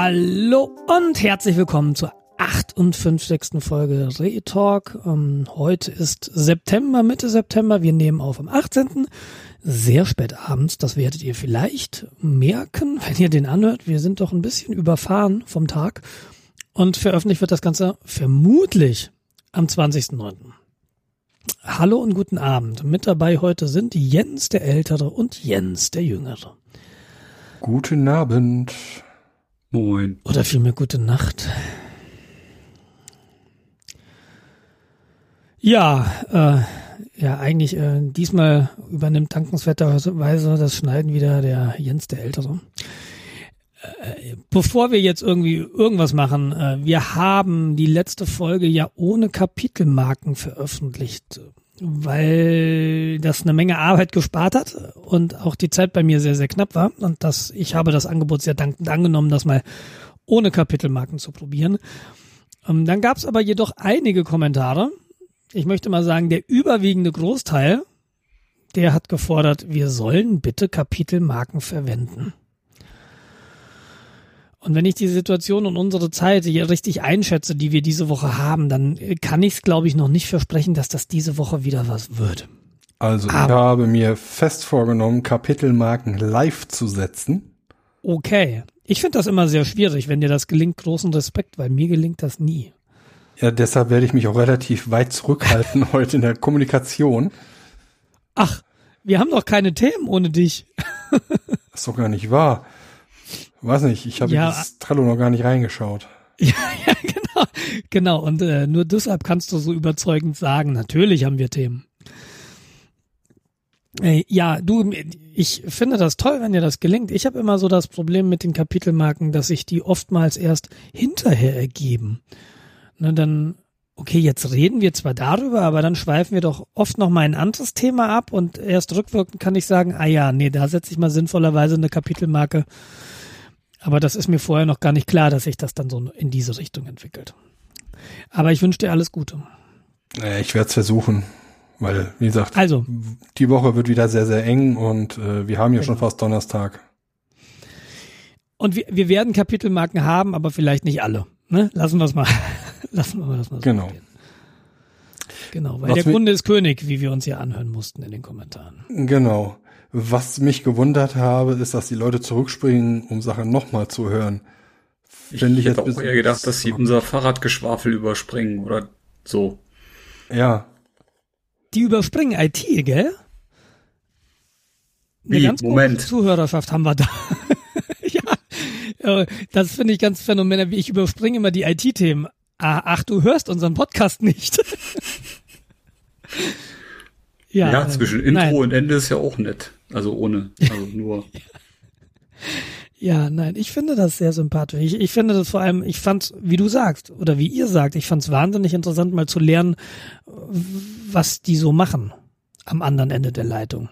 Hallo und herzlich willkommen zur 58. Folge Retalk. Heute ist September, Mitte September. Wir nehmen auf am 18. Sehr spät abends. Das werdet ihr vielleicht merken, wenn ihr den anhört. Wir sind doch ein bisschen überfahren vom Tag. Und veröffentlicht wird das Ganze vermutlich am 20.09. Hallo und guten Abend. Mit dabei heute sind Jens der Ältere und Jens der Jüngere. Guten Abend. Moin. Oder vielmehr gute Nacht. Ja, eigentlich diesmal übernimmt dankenswerterweise das Schneiden wieder der Jens der Ältere. Bevor wir jetzt irgendwie irgendwas machen, wir haben die letzte Folge ja ohne Kapitelmarken veröffentlicht, weil das eine Menge Arbeit gespart hat und auch die Zeit bei mir sehr, sehr knapp war. Und ich habe das Angebot sehr dankend angenommen, das mal ohne Kapitelmarken zu probieren. Dann gab es aber jedoch einige Kommentare. Ich möchte mal sagen, der überwiegende Großteil, der hat gefordert, wir sollen bitte Kapitelmarken verwenden. Und wenn ich die Situation und unsere Zeit hier richtig einschätze, die wir diese Woche haben, dann kann ich es, glaube ich, noch nicht versprechen, dass das diese Woche wieder was wird. Also ich habe mir fest vorgenommen, Kapitelmarken live zu setzen. Okay. Ich finde das immer sehr schwierig. Wenn dir das gelingt, großen Respekt, weil mir gelingt das nie. Ja, deshalb werde ich mich auch relativ weit zurückhalten heute in der Kommunikation. Ach, wir haben doch keine Themen ohne dich. Das ist doch gar nicht wahr. Weiß nicht, ich habe das Trello noch gar nicht reingeschaut. Ja, genau. Und nur deshalb kannst du so überzeugend sagen, natürlich haben wir Themen. Ich finde das toll, wenn dir das gelingt. Ich habe immer so das Problem mit den Kapitelmarken, dass sich die oftmals erst hinterher ergeben. Ne, dann, okay, jetzt reden wir zwar darüber, aber dann schweifen wir doch oft noch mal ein anderes Thema ab und erst rückwirkend kann ich sagen, da setze ich mal sinnvollerweise eine Kapitelmarke. Aber das ist mir vorher noch gar nicht klar, dass sich das dann so in diese Richtung entwickelt. Aber ich wünsche dir alles Gute. Ich werde es versuchen, weil, wie gesagt, also, die Woche wird wieder sehr, sehr eng und wir haben ja schon fast Donnerstag. Und wir werden Kapitelmarken haben, aber vielleicht nicht alle. Ne? Lassen wir das mal so Genau. stehen. Genau, weil der Kunde ist König, wie wir uns ja anhören mussten in den Kommentaren. Genau. Was mich gewundert habe, ist, dass die Leute zurückspringen, um Sachen nochmal zu hören. Ich hätte auch eher gedacht, dass sie unser Fahrradgeschwafel überspringen oder so. Ja. Die überspringen IT, gell? Eine ganz große Zuhörerschaft haben wir da. Ja, das finde ich ganz phänomenal. Ich überspringe immer die IT-Themen. Ach, du hörst unseren Podcast nicht. Ja, zwischen Intro und Ende ist ja auch nett. Also nur. Ja, nein, ich finde das sehr sympathisch. Ich finde das vor allem, ich fand's, wie du sagst, oder wie ihr sagt, ich fand's wahnsinnig interessant, mal zu lernen, was die so machen am anderen Ende der Leitung.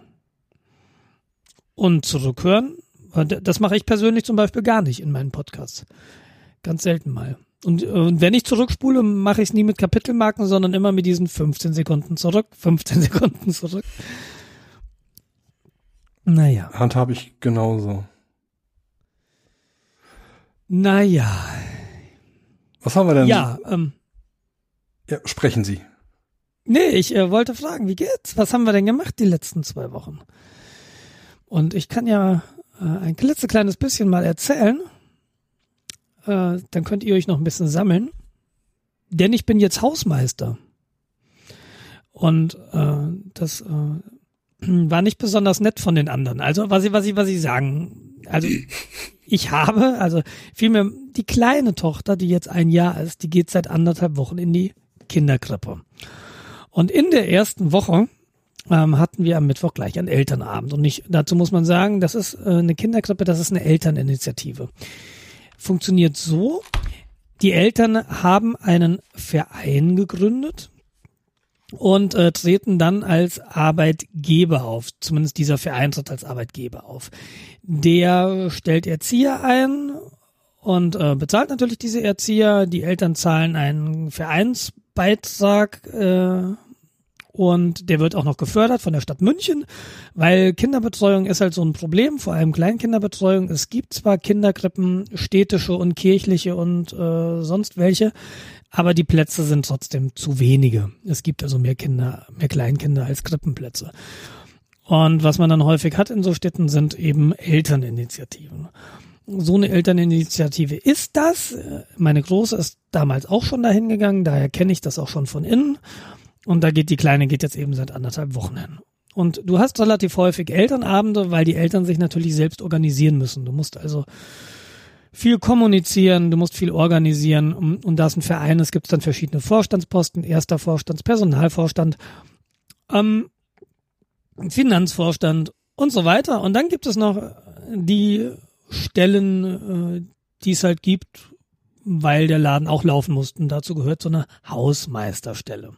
Und zurückhören, das mache ich persönlich zum Beispiel gar nicht in meinen Podcasts. Ganz selten mal. Und wenn ich zurückspule, mache ich es nie mit Kapitelmarken, sondern immer mit diesen 15 Sekunden zurück. Naja. Handhabe ich genauso. Naja. Was haben wir denn? Ja, sprechen Sie. Nee, ich wollte fragen, wie geht's? Was haben wir denn gemacht die letzten 2 Wochen? Und ich kann ja ein klitzekleines bisschen mal erzählen. Dann könnt ihr euch noch ein bisschen sammeln. Denn ich bin jetzt Hausmeister. Und das war nicht besonders nett von den anderen. Also was ich sagen. Also ich habe, vielmehr die kleine Tochter, die jetzt 1 Jahr ist, die geht seit 1,5 Wochen in die Kinderkrippe. Und in der ersten Woche hatten wir am Mittwoch gleich einen Elternabend. Und dazu muss man sagen, das ist eine Kinderkrippe, das ist eine Elterninitiative. Funktioniert so, die Eltern haben einen Verein gegründet und treten dann als Arbeitgeber auf. Zumindest dieser Verein tritt als Arbeitgeber auf. Der stellt Erzieher ein und bezahlt natürlich diese Erzieher. Die Eltern zahlen einen Vereinsbeitrag Und der wird auch noch gefördert von der Stadt München, weil Kinderbetreuung ist halt so ein Problem, vor allem Kleinkinderbetreuung. Es gibt zwar Kinderkrippen, städtische und kirchliche und sonst welche, aber die Plätze sind trotzdem zu wenige. Es gibt also mehr Kleinkinder als Krippenplätze. Und was man dann häufig hat in so Städten sind eben Elterninitiativen. So eine Elterninitiative ist das. Meine Große ist damals auch schon dahin gegangen, daher kenne ich das auch schon von innen. Und da die Kleine geht jetzt eben seit 1,5 Wochen hin. Und du hast relativ häufig Elternabende, weil die Eltern sich natürlich selbst organisieren müssen. Du musst also viel kommunizieren, du musst viel organisieren. Und da es ein Verein ist, gibt es dann verschiedene Vorstandsposten, erster Vorstand, Personalvorstand, Finanzvorstand und so weiter. Und dann gibt es noch die Stellen, die es halt gibt, weil der Laden auch laufen muss. Und dazu gehört so eine Hausmeisterstelle.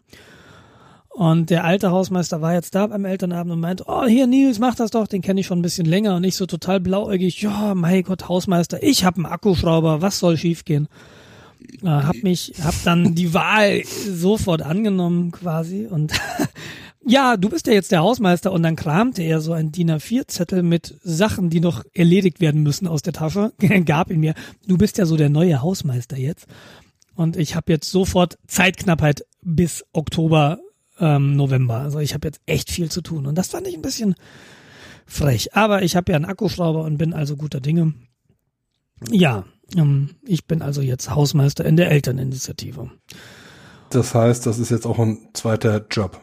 Und der alte Hausmeister war jetzt da beim Elternabend und meinte, oh, hier Nils, mach das doch, den kenne ich schon ein bisschen länger. Und ich so total blauäugig, ja, mein Gott, Hausmeister, ich habe einen Akkuschrauber, was soll schiefgehen? Hab dann die Wahl sofort angenommen quasi und ja, du bist ja jetzt der Hausmeister und dann kramte er so ein DIN A4-Zettel mit Sachen, die noch erledigt werden müssen aus der Tasche, gab ihn mir, du bist ja so der neue Hausmeister jetzt und ich habe jetzt sofort Zeitknappheit bis Oktober, November. Also ich habe jetzt echt viel zu tun und das fand ich ein bisschen frech. Aber ich habe ja einen Akkuschrauber und bin also guter Dinge. Ja, ich bin also jetzt Hausmeister in der Elterninitiative. Das heißt, das ist jetzt auch ein zweiter Job.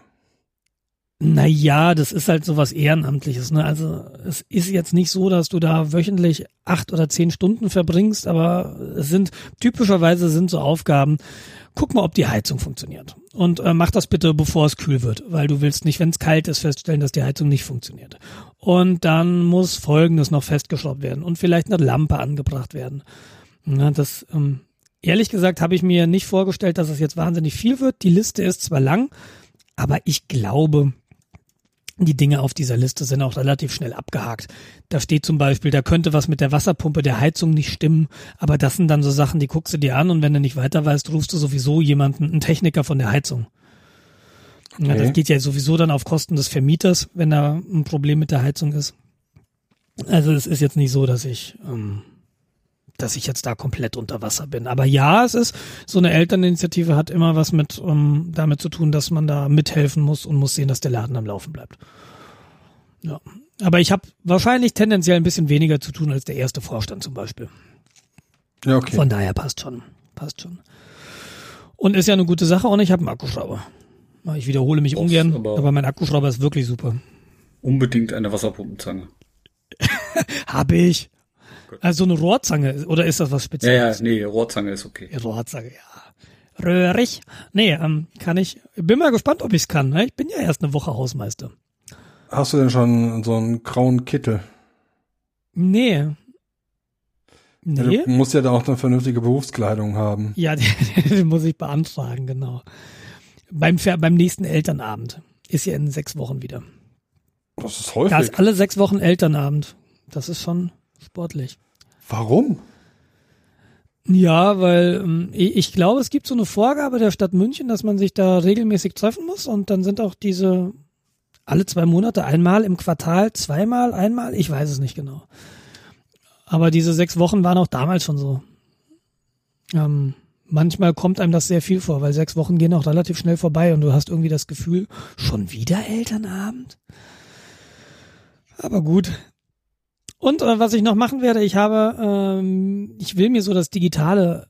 Naja, das ist halt sowas Ehrenamtliches, ne? Also es ist jetzt nicht so, dass du da wöchentlich 8 oder 10 Stunden verbringst, aber typischerweise sind so Aufgaben, guck mal, ob die Heizung funktioniert. Und mach das bitte, bevor es kühl wird, weil du willst nicht, wenn es kalt ist, feststellen, dass die Heizung nicht funktioniert. Und dann muss Folgendes noch festgeschraubt werden und vielleicht eine Lampe angebracht werden. Ja, das, ehrlich gesagt, habe ich mir nicht vorgestellt, dass es jetzt wahnsinnig viel wird. Die Liste ist zwar lang, aber ich glaube, die Dinge auf dieser Liste sind auch relativ schnell abgehakt. Da steht zum Beispiel, da könnte was mit der Wasserpumpe der Heizung nicht stimmen, aber das sind dann so Sachen, die guckst du dir an und wenn du nicht weiter weißt, rufst du sowieso einen Techniker von der Heizung. Okay. Ja, das geht ja sowieso dann auf Kosten des Vermieters, wenn da ein Problem mit der Heizung ist. Also es ist jetzt nicht so, dass ich jetzt da komplett unter Wasser bin. Aber ja, es ist, so eine Elterninitiative hat immer was mit damit zu tun, dass man da mithelfen muss und muss sehen, dass der Laden am Laufen bleibt. Ja. Aber ich habe wahrscheinlich tendenziell ein bisschen weniger zu tun als der erste Vorstand zum Beispiel. Ja, okay. Von daher passt schon. Und ist ja eine gute Sache und ich habe einen Akkuschrauber. Ich wiederhole mich ungern, aber mein Akkuschrauber ist wirklich super. Unbedingt eine Wasserpumpenzange. Habe ich. Also eine Rohrzange, oder ist das was Spezielles? Ja, nee, Rohrzange ist okay. Rohrzange, ja. Röhrig. Nee, kann ich. Bin mal gespannt, ob ich's kann. Ne? Ich bin ja erst eine Woche Hausmeister. Hast du denn schon so einen grauen Kittel? Nee. Ja, du musst ja da auch eine vernünftige Berufskleidung haben. Ja, den muss ich beantragen, genau. Beim nächsten Elternabend. Ist ja in 6 Wochen wieder. Das ist häufig. Da ist alle 6 Wochen Elternabend. Das ist schon sportlich. Warum? Ja, weil ich glaube, es gibt so eine Vorgabe der Stadt München, dass man sich da regelmäßig treffen muss und dann sind auch diese alle 2 Monate, einmal im Quartal, zweimal, einmal, ich weiß es nicht genau. Aber diese 6 Wochen waren auch damals schon so. Manchmal kommt einem das sehr viel vor, weil 6 Wochen gehen auch relativ schnell vorbei und du hast irgendwie das Gefühl, schon wieder Elternabend? Aber gut. Und was ich noch machen werde, ich will mir so das Digitale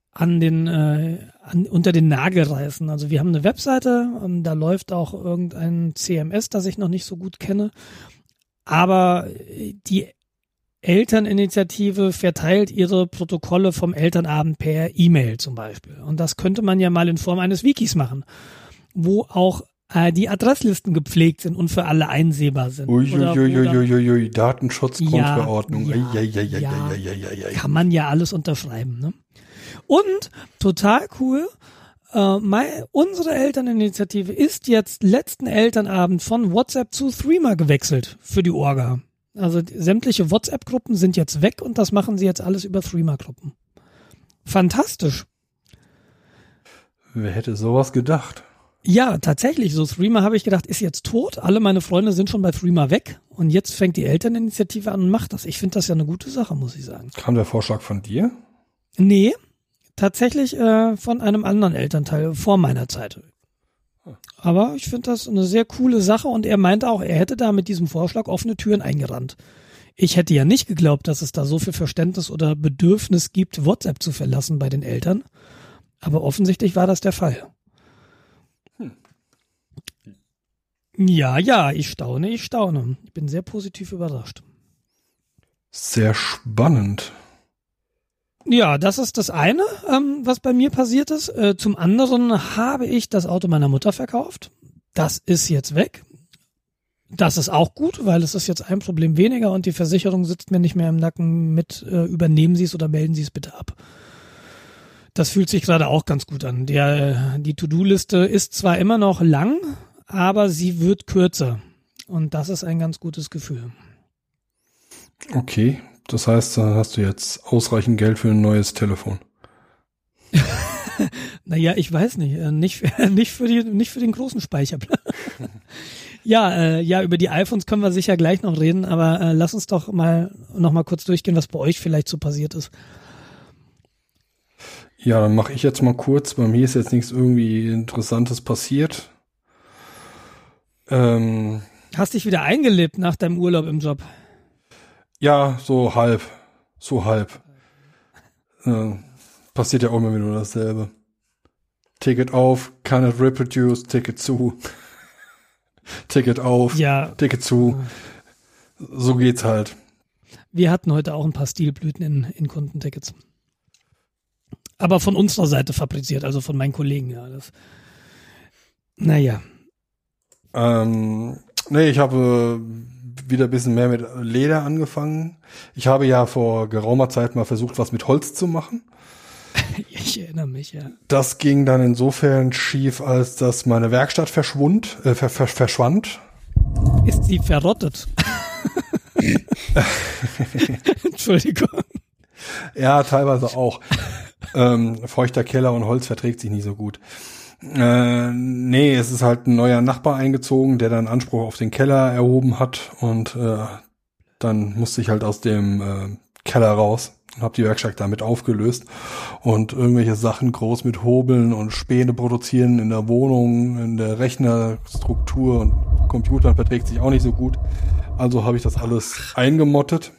unter den Nagel reißen. Also wir haben eine Webseite, da läuft auch irgendein CMS, das ich noch nicht so gut kenne. Aber die Elterninitiative verteilt ihre Protokolle vom Elternabend per E-Mail zum Beispiel. Und das könnte man ja mal in Form eines Wikis machen, wo auch die Adresslisten gepflegt sind und für alle einsehbar sind. Uiuiuiuiui, Datenschutzgrundverordnung. Ja, kann man ja alles unterschreiben. Ne? Und total cool, unsere Elterninitiative ist jetzt letzten Elternabend von WhatsApp zu Threema gewechselt für die Orga. Also sämtliche WhatsApp-Gruppen sind jetzt weg und das machen sie jetzt alles über Threema-Gruppen. Fantastisch. Wer hätte sowas gedacht? Ja, tatsächlich. So Threema habe ich gedacht, ist jetzt tot. Alle meine Freunde sind schon bei Threema weg. Und jetzt fängt die Elterninitiative an und macht das. Ich finde das ja eine gute Sache, muss ich sagen. Kam der Vorschlag von dir? Nee, tatsächlich von einem anderen Elternteil vor meiner Zeit. Aber ich finde das eine sehr coole Sache. Und er meinte auch, er hätte da mit diesem Vorschlag offene Türen eingerannt. Ich hätte ja nicht geglaubt, dass es da so viel Verständnis oder Bedürfnis gibt, WhatsApp zu verlassen bei den Eltern. Aber offensichtlich war das der Fall. Ja, ich staune. Ich bin sehr positiv überrascht. Sehr spannend. Ja, das ist das eine, was bei mir passiert ist. Zum anderen habe ich das Auto meiner Mutter verkauft. Das ist jetzt weg. Das ist auch gut, weil es ist jetzt ein Problem weniger und die Versicherung sitzt mir nicht mehr im Nacken mit übernehmen Sie es oder melden Sie es bitte ab. Das fühlt sich gerade auch ganz gut an. Die To-Do-Liste ist zwar immer noch lang, aber sie wird kürzer. Und das ist ein ganz gutes Gefühl. Okay, das heißt, dann hast du jetzt ausreichend Geld für ein neues Telefon. Naja, ich weiß nicht. Nicht für den großen Speicherplatz. Ja, über die iPhones können wir sicher gleich noch reden, aber lass uns doch noch mal kurz durchgehen, was bei euch vielleicht so passiert ist. Ja, dann mache ich jetzt mal kurz. Bei mir ist jetzt nichts irgendwie Interessantes passiert. Hast dich wieder eingelebt nach deinem Urlaub im Job? Ja, so halb. Passiert ja auch immer wieder dasselbe. Ticket auf, cannot reproduce, Ticket zu. Ticket auf, ja. Ticket zu. So geht's halt. Wir hatten heute auch ein paar Stilblüten in Kundentickets. Aber von unserer Seite fabriziert, also von meinen Kollegen. Ja, naja. Nee, ich habe wieder ein bisschen mehr mit Leder angefangen. Ich habe ja vor geraumer Zeit mal versucht, was mit Holz zu machen. Ich erinnere mich, ja. Das ging dann insofern schief, als dass meine Werkstatt verschwand. Ist sie verrottet? Entschuldigung. Ja, teilweise auch. Feuchter Keller und Holz verträgt sich nicht so gut. Nee, es ist halt ein neuer Nachbar eingezogen, der dann Anspruch auf den Keller erhoben hat und dann musste ich halt aus dem Keller raus und habe die Werkstatt damit aufgelöst und irgendwelche Sachen groß mit Hobeln und Späne produzieren in der Wohnung, in der Rechnerstruktur und Computern verträgt sich auch nicht so gut. Also habe ich das alles eingemottet.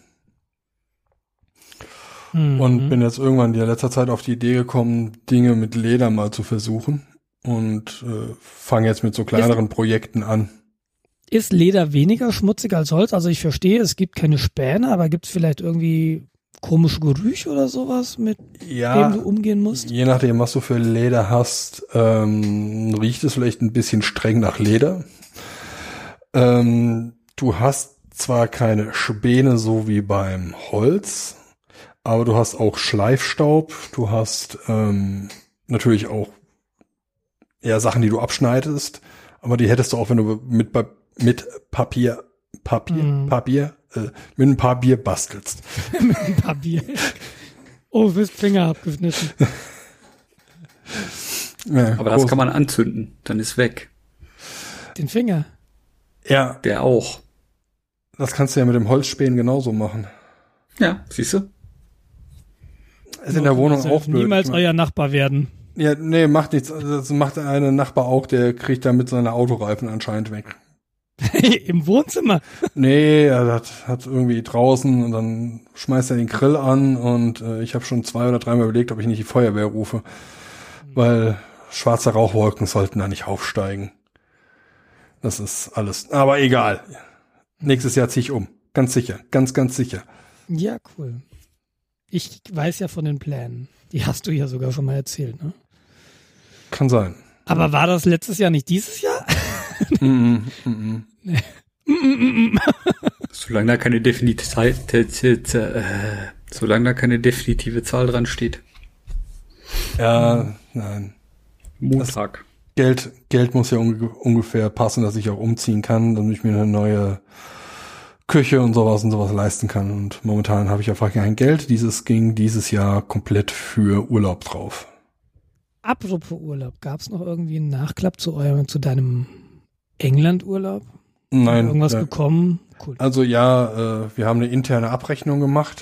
Und bin jetzt irgendwann in letzter Zeit auf die Idee gekommen, Dinge mit Leder mal zu versuchen und fange jetzt mit so kleineren Projekten an. Ist Leder weniger schmutzig als Holz? Also ich verstehe, es gibt keine Späne, aber gibt es vielleicht irgendwie komische Gerüche oder sowas, mit dem du umgehen musst? Je nachdem, was du für Leder hast, riecht es vielleicht ein bisschen streng nach Leder. Du hast zwar keine Späne so wie beim Holz, aber du hast auch Schleifstaub, du hast natürlich auch Sachen, die du abschneidest, aber die hättest du auch, wenn du mit Papier mit ein paar Bier bastelst. Mit ein paar Bier. Oh, wirst Finger abgeschnitten. Ja, aber das kann man anzünden, dann ist weg. Den Finger? Ja. Der auch. Das kannst du ja mit dem Holzspänen genauso machen. Ja, siehst du? Ist in der Wohnung auch blöd. Niemals euer Nachbar werden. Ja, nee, macht nichts. Das macht eine Nachbar auch, der kriegt damit seine Autoreifen anscheinend weg. Im Wohnzimmer? Nee, er hat irgendwie draußen und dann schmeißt er den Grill an und ich habe schon 2 oder 3 Mal überlegt, ob ich nicht die Feuerwehr rufe, weil schwarze Rauchwolken sollten da nicht aufsteigen. Das ist alles. Aber egal. Nächstes Jahr zieh ich um. Ganz sicher. Ganz, ganz sicher. Ja, cool. Ich weiß ja von den Plänen. Die hast du ja sogar schon mal erzählt, ne? Kann sein. Aber war das letztes Jahr nicht dieses Jahr? Solange da keine definitive Zahl dran steht. Ja, nein. Montag. Geld muss ja ungefähr passen, dass ich auch umziehen kann, damit ich mir eine neue Küche und sowas leisten kann. Und momentan habe ich einfach kein Geld. Ging dieses Jahr komplett für Urlaub drauf. Apropos Urlaub, gab es noch irgendwie einen Nachklapp zu deinem England-Urlaub? Nein. Irgendwas gekommen? Cool. Also ja, wir haben eine interne Abrechnung gemacht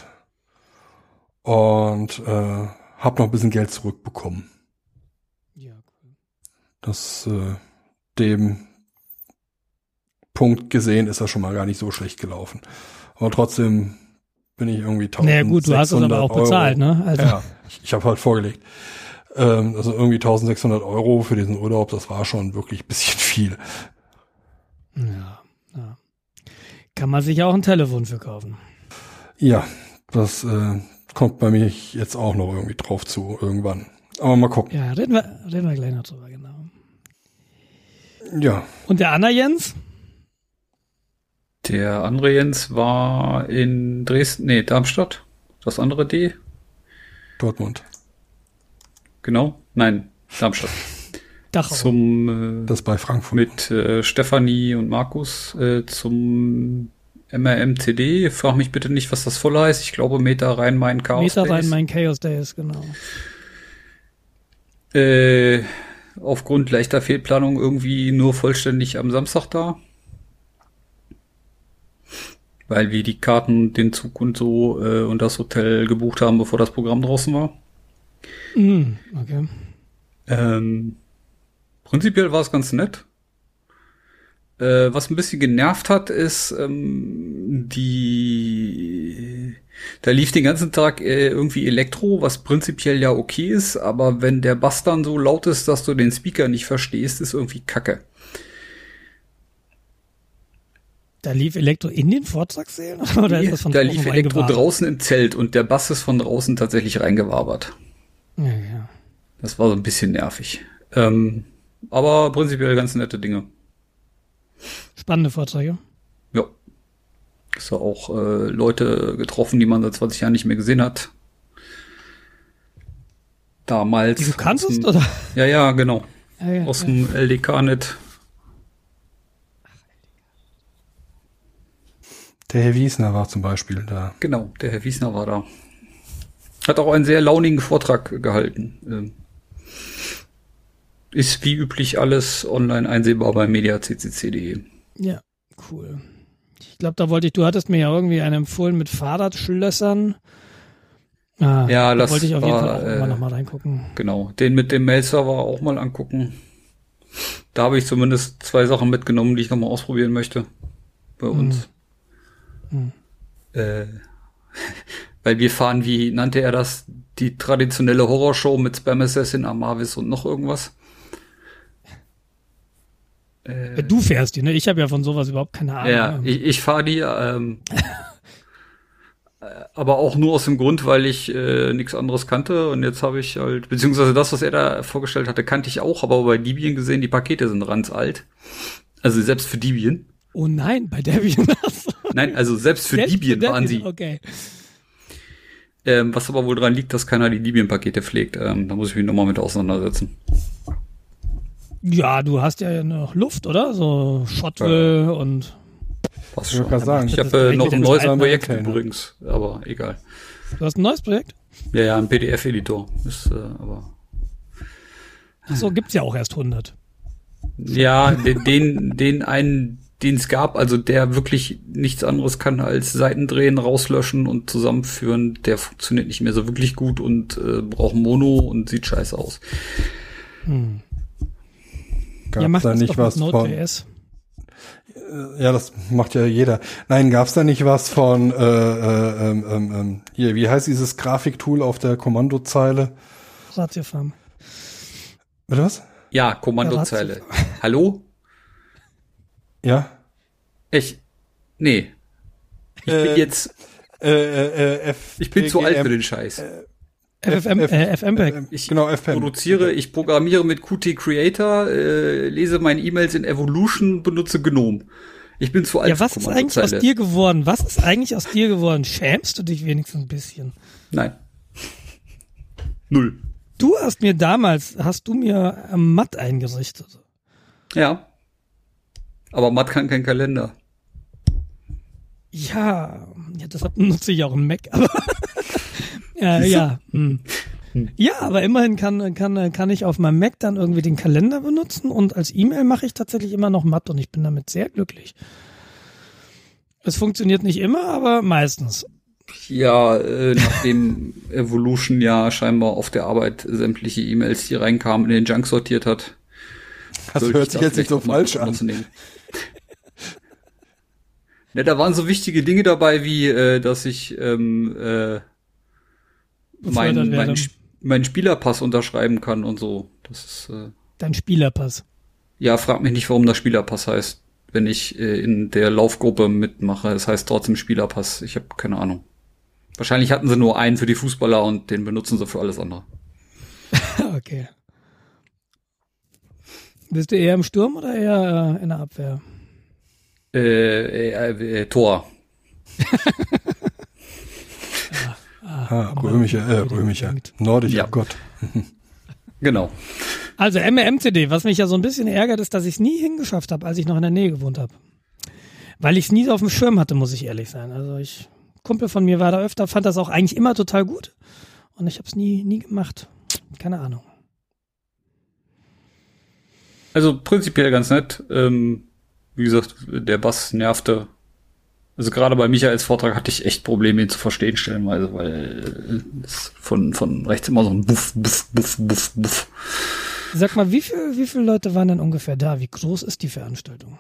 und habe noch ein bisschen Geld zurückbekommen. Ja, cool. Das dem Punkt gesehen ist das schon mal gar nicht so schlecht gelaufen. Aber trotzdem bin ich irgendwie 1.600 naja gut, du hast es aber auch bezahlt, ne? Also. Ja, ich habe halt vorgelegt. Also irgendwie 1.600 Euro für diesen Urlaub, das war schon wirklich ein bisschen viel. Ja. Kann man sich auch ein Telefon für kaufen. Ja, das kommt bei mir jetzt auch noch irgendwie drauf zu, irgendwann. Aber mal gucken. Ja, reden wir gleich noch drüber, genau. Ja. Und der Anna Jens? Der andere Jens war in Darmstadt. Das andere D? Dortmund. Genau? Nein, Darmstadt. Dachau. Das bei Frankfurt. Mit Stefanie und Markus zum MRMCD. Frag mich bitte nicht, was das voll heißt. Ich glaube Meta Rhein-Main Chaos Days. Meta Rhein-Main Chaos Days, genau. Aufgrund leichter Fehlplanung irgendwie nur vollständig am Samstag da. Weil wir die Karten, den Zug und so und das Hotel gebucht haben, bevor das Programm draußen war. Okay. Prinzipiell war es ganz nett. Was ein bisschen genervt hat, ist da lief den ganzen Tag irgendwie Elektro, was prinzipiell ja okay ist, aber wenn der Bass dann so laut ist, dass du den Speaker nicht verstehst, ist irgendwie Kacke. Da lief Elektro in den Vortragssälen? Oder ist das von da lief Elektro draußen im Zelt und der Bass ist von draußen tatsächlich reingewabert. Ja. Das war so ein bisschen nervig. Aber prinzipiell ganz nette Dinge. Spannende Vorträge. Ja. Ist ja auch Leute getroffen, die man seit 20 Jahren nicht mehr gesehen hat. Damals. Die du kanntest, oder? Ja, genau. Ja, aus dem LDK-Net. Der Herr Wiesner war zum Beispiel da. Genau, der Herr Wiesner war da. Hat auch einen sehr launigen Vortrag gehalten. Ist wie üblich alles online einsehbar bei mediaccc.de. Ja, cool. Ich glaube, du hattest mir ja irgendwie einen empfohlen mit Fahrradschlössern. Ja, das wollte ich auf jeden Fall auch war immer noch mal reingucken. Genau, den mit dem Mail-Server auch mal angucken. Da habe ich zumindest 2 Sachen mitgenommen, die ich noch mal ausprobieren möchte. Bei uns. Weil wir fahren, wie nannte er das, die traditionelle Horrorshow mit Spam Assassin, Amavis und noch irgendwas. Du fährst die, ne? Ich habe ja von sowas überhaupt keine Ahnung. Ja, ich fahre die, aber auch nur aus dem Grund, weil ich nichts anderes kannte und jetzt habe ich halt, beziehungsweise das, was er da vorgestellt hatte, kannte ich auch, aber bei Debian gesehen, die Pakete sind ranzalt. Also selbst für Debian. Oh nein, bei Debian. Nein, also selbst für Debian waren sie. Okay. Was aber wohl dran liegt, dass keiner die Debian-Pakete pflegt. Da muss ich mich nochmal mit auseinandersetzen. Ja, du hast ja noch Luft, oder? So Shotwell und... Was ich kann sagen. Ich habe noch ein neues Projekt übrigens, aber egal. Du hast ein neues Projekt? Ja, ein PDF-Editor. Ist aber... Achso, gibt's ja auch erst 100. Ja, den es gab, also der wirklich nichts anderes kann als Seiten drehen, rauslöschen und zusammenführen, der funktioniert nicht mehr so wirklich gut und braucht Mono und sieht scheiße aus. Gab's da nicht was von... Ja, das macht ja jeder. Nein, gab's da nicht was von hier, wie heißt dieses Grafiktool auf der Kommandozeile? Ratiofarm. Bitte was? Ja, Kommandozeile. Hallo? Ja? Nee. Ich bin jetzt... ich bin zu alt für den Scheiß. FFmpeg. Ich programmiere mit Qt Creator, lese meine E-Mails in Evolution, benutze GNOME. Ich bin zu alt für Kommandozeile. Ja, was ist eigentlich aus dir geworden? Was ist eigentlich aus dir geworden? Schämst du dich wenigstens ein bisschen? Nein. 0. Hast du mir Matt eingerichtet. Ja. Aber Matt kann kein Kalender. Ja, deshalb nutze ich auch einen Mac, aber ja. Ja, aber immerhin kann ich auf meinem Mac dann irgendwie den Kalender benutzen und als E-Mail mache ich tatsächlich immer noch Matt und ich bin damit sehr glücklich. Es funktioniert nicht immer, aber meistens. Ja, nachdem Evolution ja scheinbar auf der Arbeit sämtliche E-Mails, die reinkamen, in den Junk sortiert hat. Das hört sich jetzt nicht so falsch an. Ne, da waren so wichtige Dinge dabei, wie dass ich meinen Spielerpass unterschreiben kann und so. Das ist dein Spielerpass. Ja, frag mich nicht, warum das Spielerpass heißt, wenn ich in der Laufgruppe mitmache. Es heißt trotzdem Spielerpass. Ich habe keine Ahnung. Wahrscheinlich hatten sie nur einen für die Fußballer und den benutzen sie für alles andere. Okay. Bist du eher im Sturm oder eher in der Abwehr? Tor. Römischer. Nordischer Ja. Gott. Genau. Also MMCD, was mich ja so ein bisschen ärgert, ist, dass ich es nie hingeschafft habe, als ich noch in der Nähe gewohnt habe. Weil ich es nie auf dem Schirm hatte, muss ich ehrlich sein. Also Kumpel von mir war da öfter, fand das auch eigentlich immer total gut. Und ich habe es nie gemacht. Keine Ahnung. Also prinzipiell ganz nett. Wie gesagt, der Bass nervte. Also gerade bei Michaels Vortrag hatte ich echt Probleme, ihn zu verstehen stellenweise, weil es von rechts immer so ein Buff, Buff, Buff, Buff, Buff. Sag mal, wie viele Leute waren denn ungefähr da? Wie groß ist die Veranstaltung?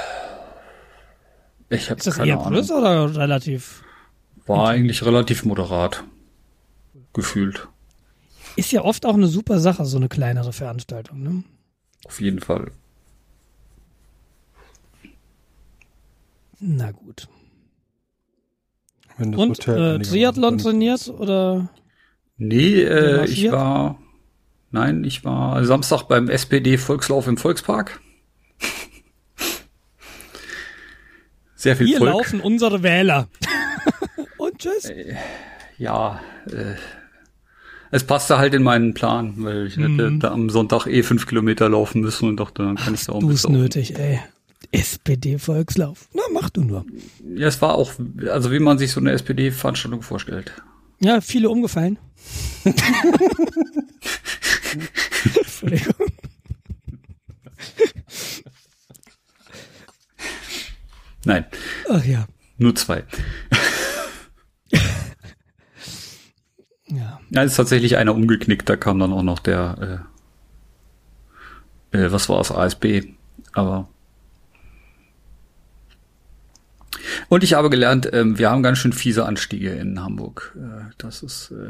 Ich habe Ist das keine eher Ahnung. größer oder relativ? War eigentlich relativ moderat. Gefühlt. Ist ja oft auch eine super Sache, so eine kleinere Veranstaltung, ne? Auf jeden Fall. Na gut. Wenn das Und Hotel Triathlon trainiert oder? Nee, ich war Samstag beim SPD-Volkslauf im Volkspark. Sehr viel Hier Volk. laufen unsere Wähler. Und tschüss. Es passte halt in meinen Plan, weil ich hätte da am Sonntag 5 Kilometer laufen müssen und dachte, dann kann ich da auch ein Du bisschen. ist nötig, ey. SPD-Volkslauf. Na, mach du nur. Ja, es war auch, also wie man sich so eine SPD-Veranstaltung vorstellt. Ja, viele umgefallen. Entschuldigung. Nein, Ach ja. nur 2. Ja. Ja, ist tatsächlich einer umgeknickt, da kam dann auch noch der, was war es, ASB, aber. Und ich habe gelernt, wir haben ganz schön fiese Anstiege in Hamburg. Das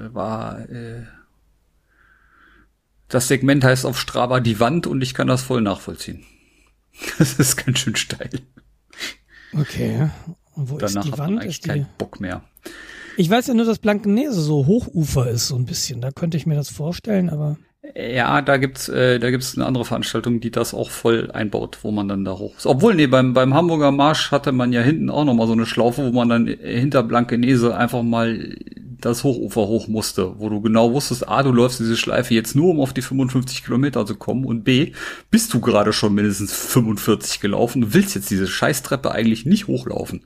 Segment heißt auf Strava die Wand und ich kann das voll nachvollziehen. Das ist ganz schön steil. Okay. Und wo Danach ist die hat man Wand? eigentlich Ist die? keinen Bock mehr. Ich weiß ja nur, dass Blankenese so Hochufer ist, so ein bisschen. Da könnte ich mir das vorstellen, aber. Ja, da gibt's eine andere Veranstaltung, die das auch voll einbaut, wo man dann da hoch ist. Obwohl, nee, beim Hamburger Marsch hatte man ja hinten auch noch mal so eine Schlaufe, wo man dann hinter Blankenese einfach mal das Hochufer hoch musste, wo du genau wusstest, A, du läufst diese Schleife jetzt nur, um auf die 55 Kilometer zu kommen und B, bist du gerade schon mindestens 45 gelaufen und willst jetzt diese Scheißtreppe eigentlich nicht hochlaufen.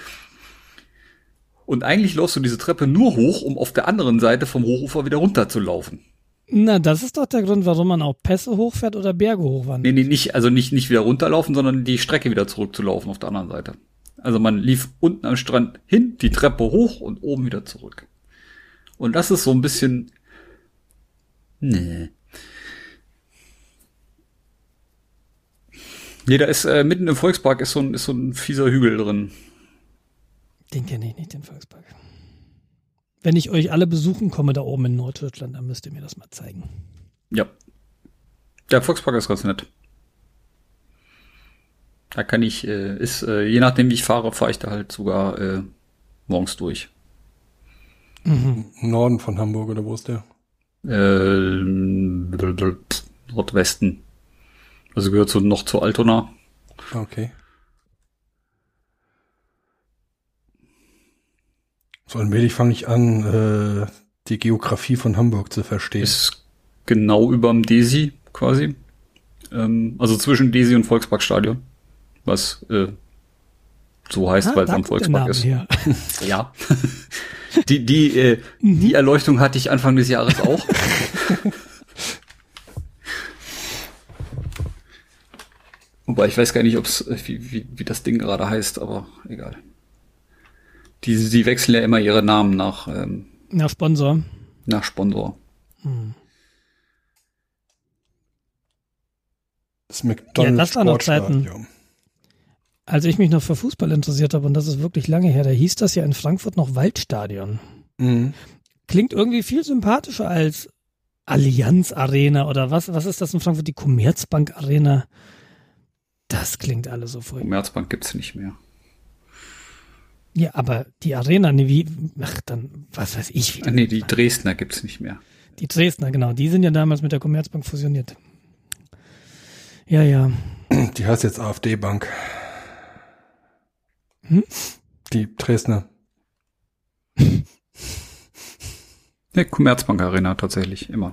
Und eigentlich läufst du diese Treppe nur hoch, um auf der anderen Seite vom Hochufer wieder runter zu laufen. Na, das ist doch der Grund, warum man auch Pässe hochfährt oder Berge hochwandert. Nee, nicht wieder runterlaufen, sondern die Strecke wieder zurückzulaufen auf der anderen Seite. Also man lief unten am Strand hin, die Treppe hoch und oben wieder zurück. Und das ist so ein bisschen, nee. Nee, da ist mitten im Volkspark ist so ein fieser Hügel drin. Den kenne ich nicht, den Volkspark. Wenn ich euch alle besuchen komme da oben in Norddeutschland, dann müsst ihr mir das mal zeigen. Ja. Der Volkspark ist ganz nett. Da kann ich, je nachdem wie ich fahre ich da halt sogar morgens durch. Im Norden von Hamburg, oder wo ist der? Nordwesten. Also gehört noch zu Altona. Okay. So allmählich fange ich an, die Geografie von Hamburg zu verstehen. Ist genau überm Desi quasi. Also zwischen Desi und Volksparkstadion. Was so heißt, weil es am Volkspark ist. Her. Ja. Die Erleuchtung hatte ich Anfang des Jahres auch. Wobei ich weiß gar nicht, ob's wie das Ding gerade heißt, aber egal. Die wechseln ja immer ihre Namen nach Sponsor. Nach Sponsor. Das McDonald's das war noch Zeiten, als ich mich noch für Fußball interessiert habe, und das ist wirklich lange her, da hieß das ja in Frankfurt noch Waldstadion. Mhm. Klingt irgendwie viel sympathischer als Allianz Arena oder was ist das in Frankfurt? Die Commerzbank Arena. Das klingt alles so furchtbar. Commerzbank gibt's nicht mehr. Ja, aber die Arena, dann, was weiß ich. Die Dresdner gibt's nicht mehr. Die Dresdner, genau. Die sind ja damals mit der Commerzbank fusioniert. Ja. Die heißt jetzt AfD-Bank. Die Dresdner. Ne, Commerzbank Arena tatsächlich, immer.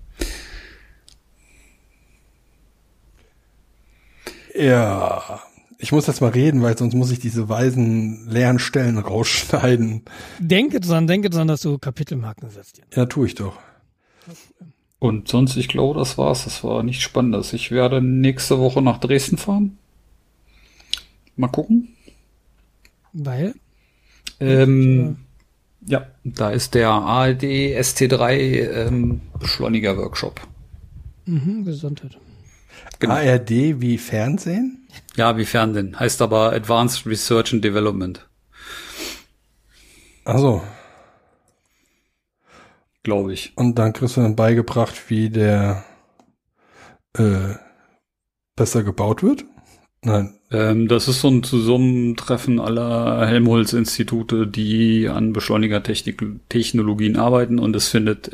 Ja, ich muss jetzt mal reden, weil sonst muss ich diese weisen leeren Stellen rausschneiden. Denke dran, dass du Kapitelmarken setzt. Ja, tue ich doch. Und sonst, ich glaube, das war's. Das war nichts Spannendes. Ich werde nächste Woche nach Dresden fahren. Mal gucken. Weil? Ja, da ist der ARD ST3 Beschleuniger-Workshop. Gesundheit. Genau. ARD wie Fernsehen? Ja, wie Fernsehen. Heißt aber Advanced Research and Development. Ach so. Glaube ich. Und dann kriegst du dann beigebracht, wie der besser gebaut wird? Nein. Das ist so ein Zusammentreffen aller Helmholtz-Institute, die an Beschleunigertechnologien arbeiten, und es findet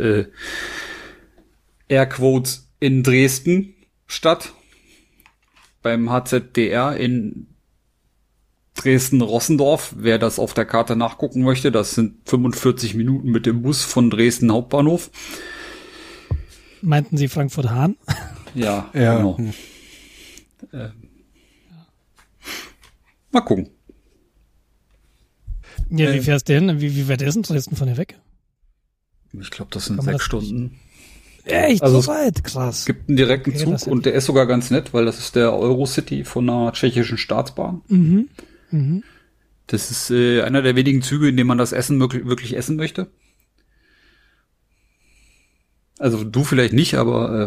Airquotes in Dresden statt. Beim HZDR in Dresden-Rossendorf. Wer das auf der Karte nachgucken möchte, das sind 45 Minuten mit dem Bus von Dresden Hauptbahnhof. Meinten Sie Frankfurt-Hahn? Ja, genau. Mal gucken. Ja, wie fährst du hin? Wie weit ist denn Dresden von dir weg? Ich glaube, das sind 6 Stunden. Echt? Also so weit? Krass. Es gibt einen direkten Zug, und der ist sogar ganz nett, weil das ist der Eurocity von einer tschechischen Staatsbahn. Das ist einer der wenigen Züge, in dem man das Essen wirklich essen möchte. Also du vielleicht nicht, aber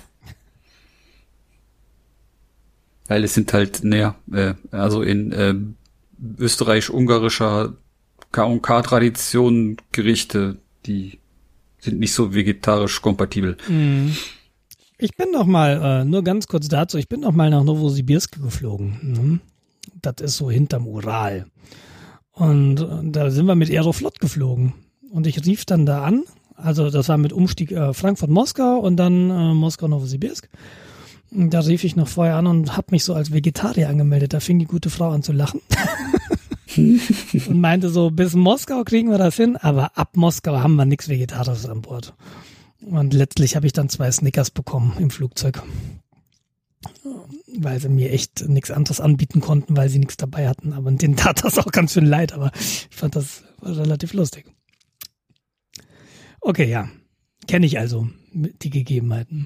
weil es sind halt, also in österreich-ungarischer K&K-Tradition Gerichte, die sind nicht so vegetarisch kompatibel. Ich bin noch mal, nur ganz kurz dazu, ich bin noch mal nach Novosibirsk geflogen. Das ist so hinterm Ural. Und da sind wir mit Aeroflot geflogen. Und ich rief dann da an, also das war mit Umstieg Frankfurt-Moskau und dann Moskau-Novosibirsk. Da rief ich noch vorher an und habe mich so als Vegetarier angemeldet. Da fing die gute Frau an zu lachen. Und meinte so, bis Moskau kriegen wir das hin, aber ab Moskau haben wir nichts Vegetarisches an Bord. Und letztlich habe ich dann 2 Snickers bekommen im Flugzeug. Weil sie mir echt nichts anderes anbieten konnten, weil sie nichts dabei hatten. Aber denen tat das auch ganz schön leid, aber ich fand das relativ lustig. Okay, ja. Kenne ich also die Gegebenheiten.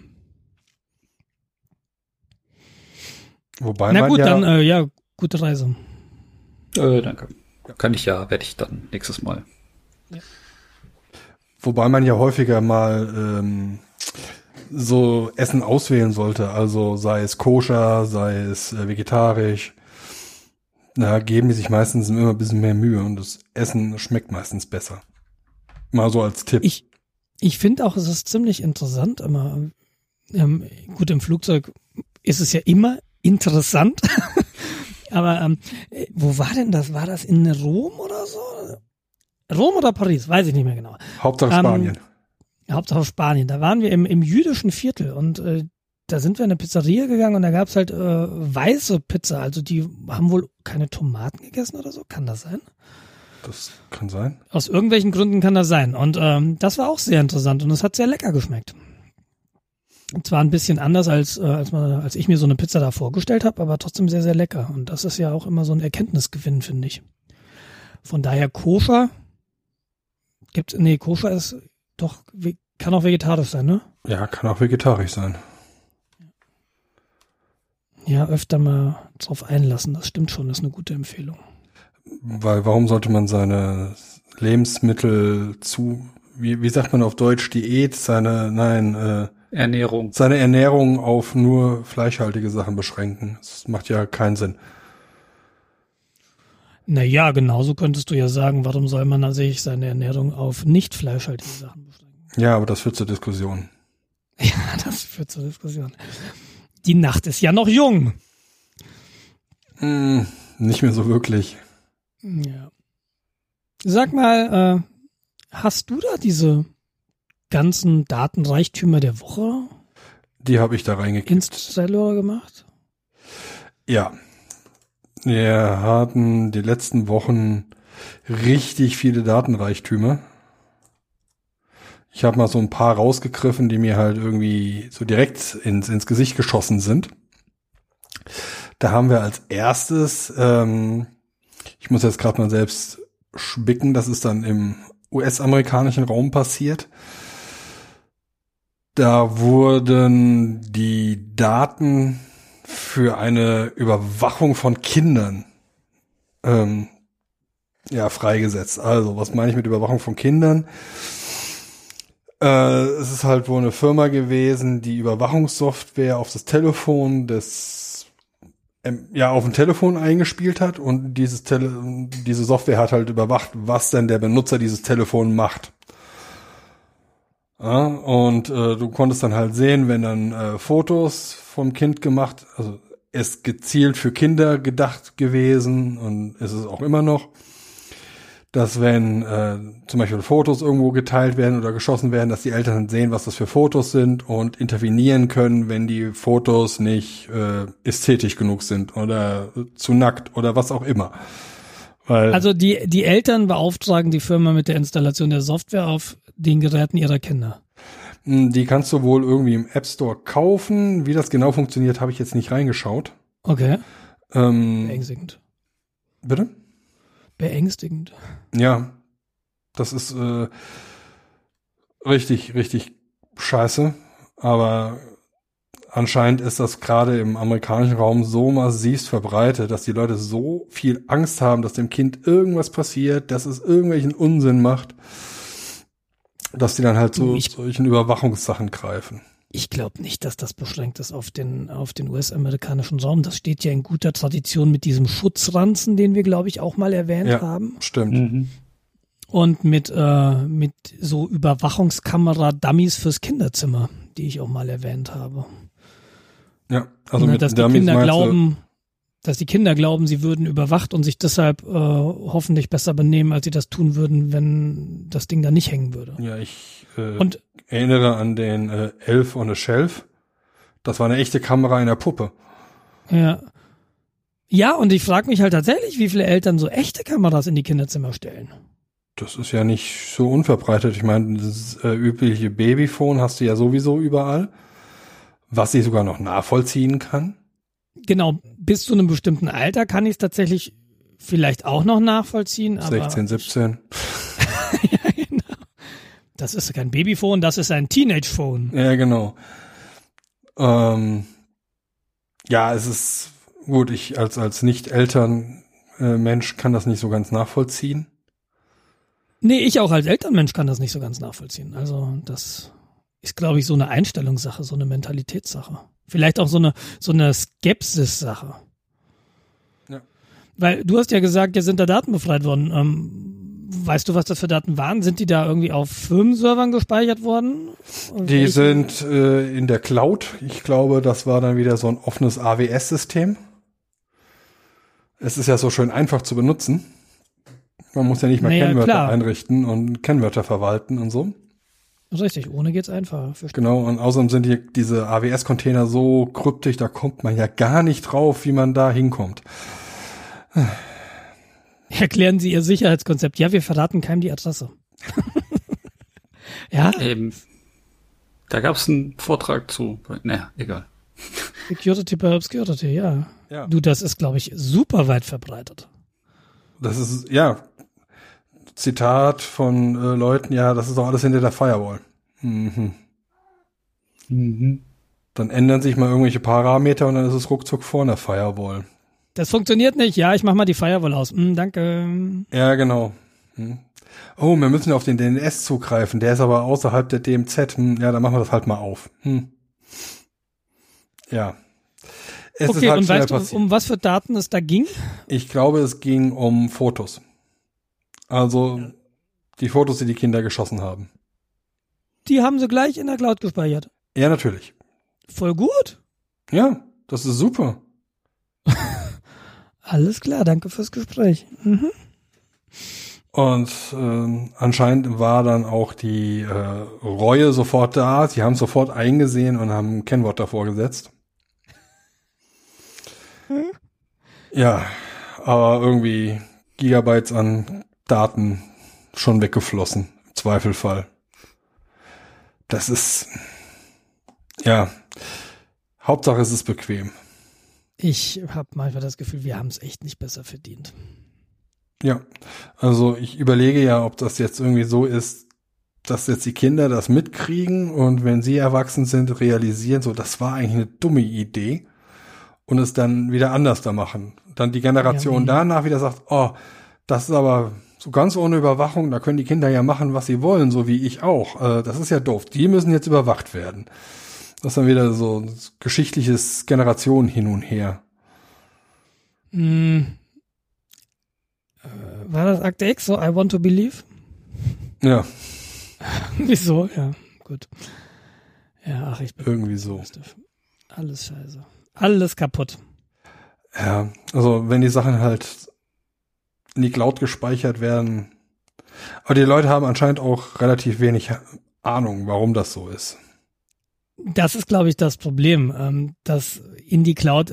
Wobei na man gut, dann gute Reise. Danke. Werde ich dann nächstes Mal. Ja. Wobei man ja häufiger mal so Essen auswählen sollte. Also sei es koscher, sei es vegetarisch. Da geben die sich meistens immer ein bisschen mehr Mühe und das Essen schmeckt meistens besser. Mal so als Tipp. Ich finde auch, es ist ziemlich interessant immer. Gut, im Flugzeug ist es ja immer interessant. Aber wo war denn das? War das in Rom oder so? Rom oder Paris? Weiß ich nicht mehr genau. Hauptsache Spanien. Hauptsache Spanien. Da waren wir im jüdischen Viertel und da sind wir in eine Pizzeria gegangen und da gab's halt weiße Pizza. Also die haben wohl keine Tomaten gegessen oder so. Kann das sein? Das kann sein. Aus irgendwelchen Gründen kann das sein. Und das war auch sehr interessant und es hat sehr lecker geschmeckt. Zwar ein bisschen anders, als ich mir so eine Pizza da vorgestellt habe, aber trotzdem sehr, sehr lecker. Und das ist ja auch immer so ein Erkenntnisgewinn, finde ich. Von daher koscher koscher ist doch, kann auch vegetarisch sein, ne? Ja, kann auch vegetarisch sein. Ja, öfter mal drauf einlassen, das stimmt schon, das ist eine gute Empfehlung. Weil warum sollte man seine Lebensmittel wie sagt man auf Deutsch, Diät, Ernährung. Seine Ernährung auf nur fleischhaltige Sachen beschränken? Das macht ja keinen Sinn. Naja, genauso könntest du ja sagen, warum soll man sich seine Ernährung auf nicht fleischhaltige Sachen beschränken? Ja, aber das führt zur Diskussion. Ja, das führt zur Diskussion. Die Nacht ist ja noch jung. Nicht mehr so wirklich. Ja. Sag mal, hast du da diese ganzen Datenreichtümer der Woche Die habe ich da reingekippt. Installer gemacht? Ja. Wir hatten die letzten Wochen richtig viele Datenreichtümer. Ich habe mal so ein paar rausgegriffen, die mir halt irgendwie so direkt ins Gesicht geschossen sind. Da haben wir als erstes, ich muss jetzt gerade mal selbst spicken, das ist dann im US-amerikanischen Raum passiert. Da wurden die Daten für eine Überwachung von Kindern freigesetzt. Also, was meine ich mit Überwachung von Kindern? Es ist halt wohl eine Firma gewesen, die Überwachungssoftware auf das Telefon auf dem Telefon eingespielt hat und diese Software hat halt überwacht, was denn der Benutzer dieses Telefon macht. Ja, und du konntest dann halt sehen, wenn dann Fotos vom Kind gemacht, also ist gezielt für Kinder gedacht gewesen und ist es auch immer noch, dass wenn zum Beispiel Fotos irgendwo geteilt werden oder geschossen werden, dass die Eltern sehen, was das für Fotos sind und intervenieren können, wenn die Fotos nicht ästhetisch genug sind oder zu nackt oder was auch immer. Also die Eltern beauftragen die Firma mit der Installation der Software auf den Geräten ihrer Kinder. Die kannst du wohl irgendwie im App Store kaufen. Wie das genau funktioniert, habe ich jetzt nicht reingeschaut. Okay. Beängstigend. Bitte? Beängstigend. Ja, das ist richtig, richtig scheiße. Aber anscheinend ist das gerade im amerikanischen Raum so massiv verbreitet, dass die Leute so viel Angst haben, dass dem Kind irgendwas passiert, dass es irgendwelchen Unsinn macht, dass die dann halt zu solchen Überwachungssachen greifen. Ich glaube nicht, dass das beschränkt ist auf den US-amerikanischen Raum. Das steht ja in guter Tradition mit diesem Schutzranzen, den wir, glaube ich, auch mal erwähnt haben. Stimmt. Mhm. Und mit so Überwachungskamera-Dummies fürs Kinderzimmer, die ich auch mal erwähnt habe. Ja, also Und mit dass Dummies dass die Kinder glauben, sie würden überwacht und sich deshalb hoffentlich besser benehmen, als sie das tun würden, wenn das Ding da nicht hängen würde. Ja, ich erinnere an den Elf on a Shelf. Das war eine echte Kamera in der Puppe. Ja. Ja, und ich frage mich halt tatsächlich, wie viele Eltern so echte Kameras in die Kinderzimmer stellen. Das ist ja nicht so unverbreitet. Ich meine, das übliche Babyphone hast du ja sowieso überall, was ich sogar noch nachvollziehen kann. Genau, bis zu einem bestimmten Alter kann ich es tatsächlich vielleicht auch noch nachvollziehen. 16, 17. Ja, genau. Das ist kein Babyphone, das ist ein Teenage-Phone. Ja, genau. Ja, es ist gut, ich als Nicht-Eltern-Mensch kann das nicht so ganz nachvollziehen. Nee, ich auch als Elternmensch kann das nicht so ganz nachvollziehen. Also das ist, glaube ich, so eine Einstellungssache, so eine Mentalitätssache. Vielleicht auch so eine Skepsis-Sache. Ja. Weil du hast ja gesagt, jetzt sind da Daten befreit worden. Weißt du, was das für Daten waren? Sind die da irgendwie auf Firmenservern gespeichert worden? Die sind in der Cloud. Ich glaube, das war dann wieder so ein offenes AWS-System. Es ist ja so schön einfach zu benutzen. Man muss ja nicht mal Kennwörter einrichten und Kennwörter verwalten und so. Richtig, ohne geht's einfacher. Genau, und außerdem sind diese AWS-Container so kryptisch, da kommt man ja gar nicht drauf, wie man da hinkommt. Erklären Sie Ihr Sicherheitskonzept. Ja, wir verraten keinem die Adresse. Ja? Eben. Da gab es einen Vortrag zu. Naja, egal. Security by Obscurity, ja. Ja. Du, das ist, glaube ich, super weit verbreitet. Das ist, ja, Zitat von Leuten, ja, das ist doch alles hinter der Firewall. Mhm. Dann ändern sich mal irgendwelche Parameter und dann ist es ruckzuck vor einer Firewall. Das funktioniert nicht. Ja, ich mach mal die Firewall aus. Danke. Ja, genau. Oh, wir müssen auf den DNS zugreifen. Der ist aber außerhalb der DMZ. Ja, dann machen wir das halt mal auf. Ja. Es Okay, ist halt und schnell weißt du, passiert. um was für Daten es da ging? Ich glaube, es ging um Fotos. Also die Fotos, die die Kinder geschossen haben. Die haben sie gleich in der Cloud gespeichert. Ja, natürlich. Voll gut. Ja, das ist super. Alles klar, danke fürs Gespräch. Mhm. Und anscheinend war dann auch die Reue sofort da. Sie haben sofort eingesehen und haben ein Kennwort davor gesetzt. Ja, aber irgendwie Gigabytes an Daten schon weggeflossen. Im Zweifelfall. Das ist, ja, Hauptsache es ist bequem. Ich habe manchmal das Gefühl, wir haben es echt nicht besser verdient. Ja, also ich überlege ja, ob das jetzt irgendwie so ist, dass jetzt die Kinder das mitkriegen und wenn sie erwachsen sind, realisieren, so, das war eigentlich eine dumme Idee und es dann wieder anders da machen. Dann die Generation danach wieder sagt, oh, das ist aber so ganz ohne Überwachung, da können die Kinder ja machen, was sie wollen, so wie ich auch. Das ist ja doof. Die müssen jetzt überwacht werden. Das ist dann wieder so ein geschichtliches Generation hin und her. War das Akte X, so I want to believe? Ja, Wieso? Ja, gut. Ja, ach, ich bin irgendwie so. alles scheiße. Alles kaputt. Ja, also wenn die Sachen halt in die Cloud gespeichert werden. Aber die Leute haben anscheinend auch relativ wenig Ahnung, warum das so ist. Das ist, glaube ich, das Problem, dass Cloud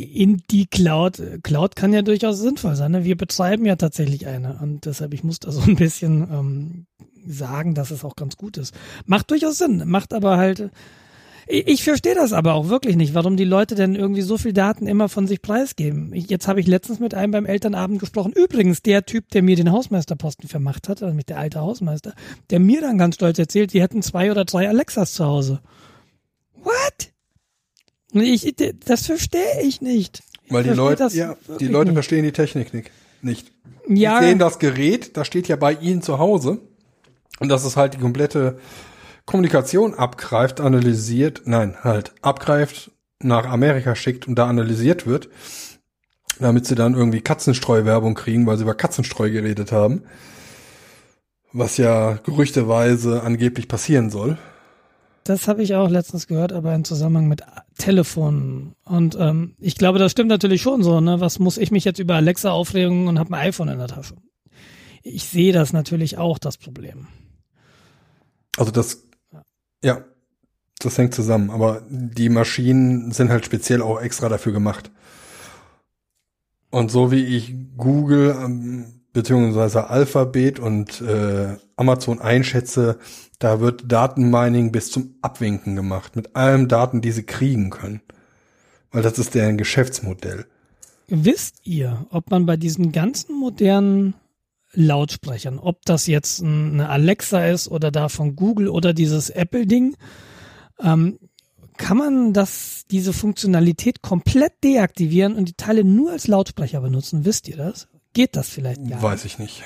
kann ja durchaus sinnvoll sein. Ne? Wir betreiben ja tatsächlich eine und deshalb, ich muss da so ein bisschen sagen, dass es auch ganz gut ist. Macht durchaus Sinn, macht aber halt, ich verstehe das aber auch wirklich nicht, warum die Leute denn irgendwie so viel Daten immer von sich preisgeben. Jetzt habe ich letztens mit einem beim Elternabend gesprochen, übrigens der Typ, der mir den Hausmeisterposten vermacht hat, also der alte Hausmeister, der mir dann ganz stolz erzählt, die hätten 2 oder 3 Alexas zu Hause. What? Das verstehe ich nicht. Weil die Leute verstehen die Technik nicht. Ja. Die sehen das Gerät, das steht ja bei ihnen zu Hause und dass es halt die komplette Kommunikation abgreift, abgreift, nach Amerika schickt und da analysiert wird, damit sie dann irgendwie Katzenstreu-Werbung kriegen, weil sie über Katzenstreu geredet haben, was ja gerüchteweise angeblich passieren soll. Das habe ich auch letztens gehört, aber im Zusammenhang mit Telefonen. Und ich glaube, das stimmt natürlich schon so. Ne? Was muss ich mich jetzt über Alexa aufregen und habe ein iPhone in der Tasche? Ich sehe das natürlich auch, das Problem. Also das hängt zusammen. Aber die Maschinen sind halt speziell auch extra dafür gemacht. Und so wie ich Google beziehungsweise Alphabet und Amazon einschätze, da wird Datenmining bis zum Abwinken gemacht, mit allen Daten, die sie kriegen können. Weil das ist deren Geschäftsmodell. Wisst ihr, ob man bei diesen ganzen modernen Lautsprechern, ob das jetzt eine Alexa ist oder da von Google oder dieses Apple-Ding, kann man diese Funktionalität komplett deaktivieren und die Teile nur als Lautsprecher benutzen? Wisst ihr das? Geht das vielleicht gar nicht? Weiß ich nicht.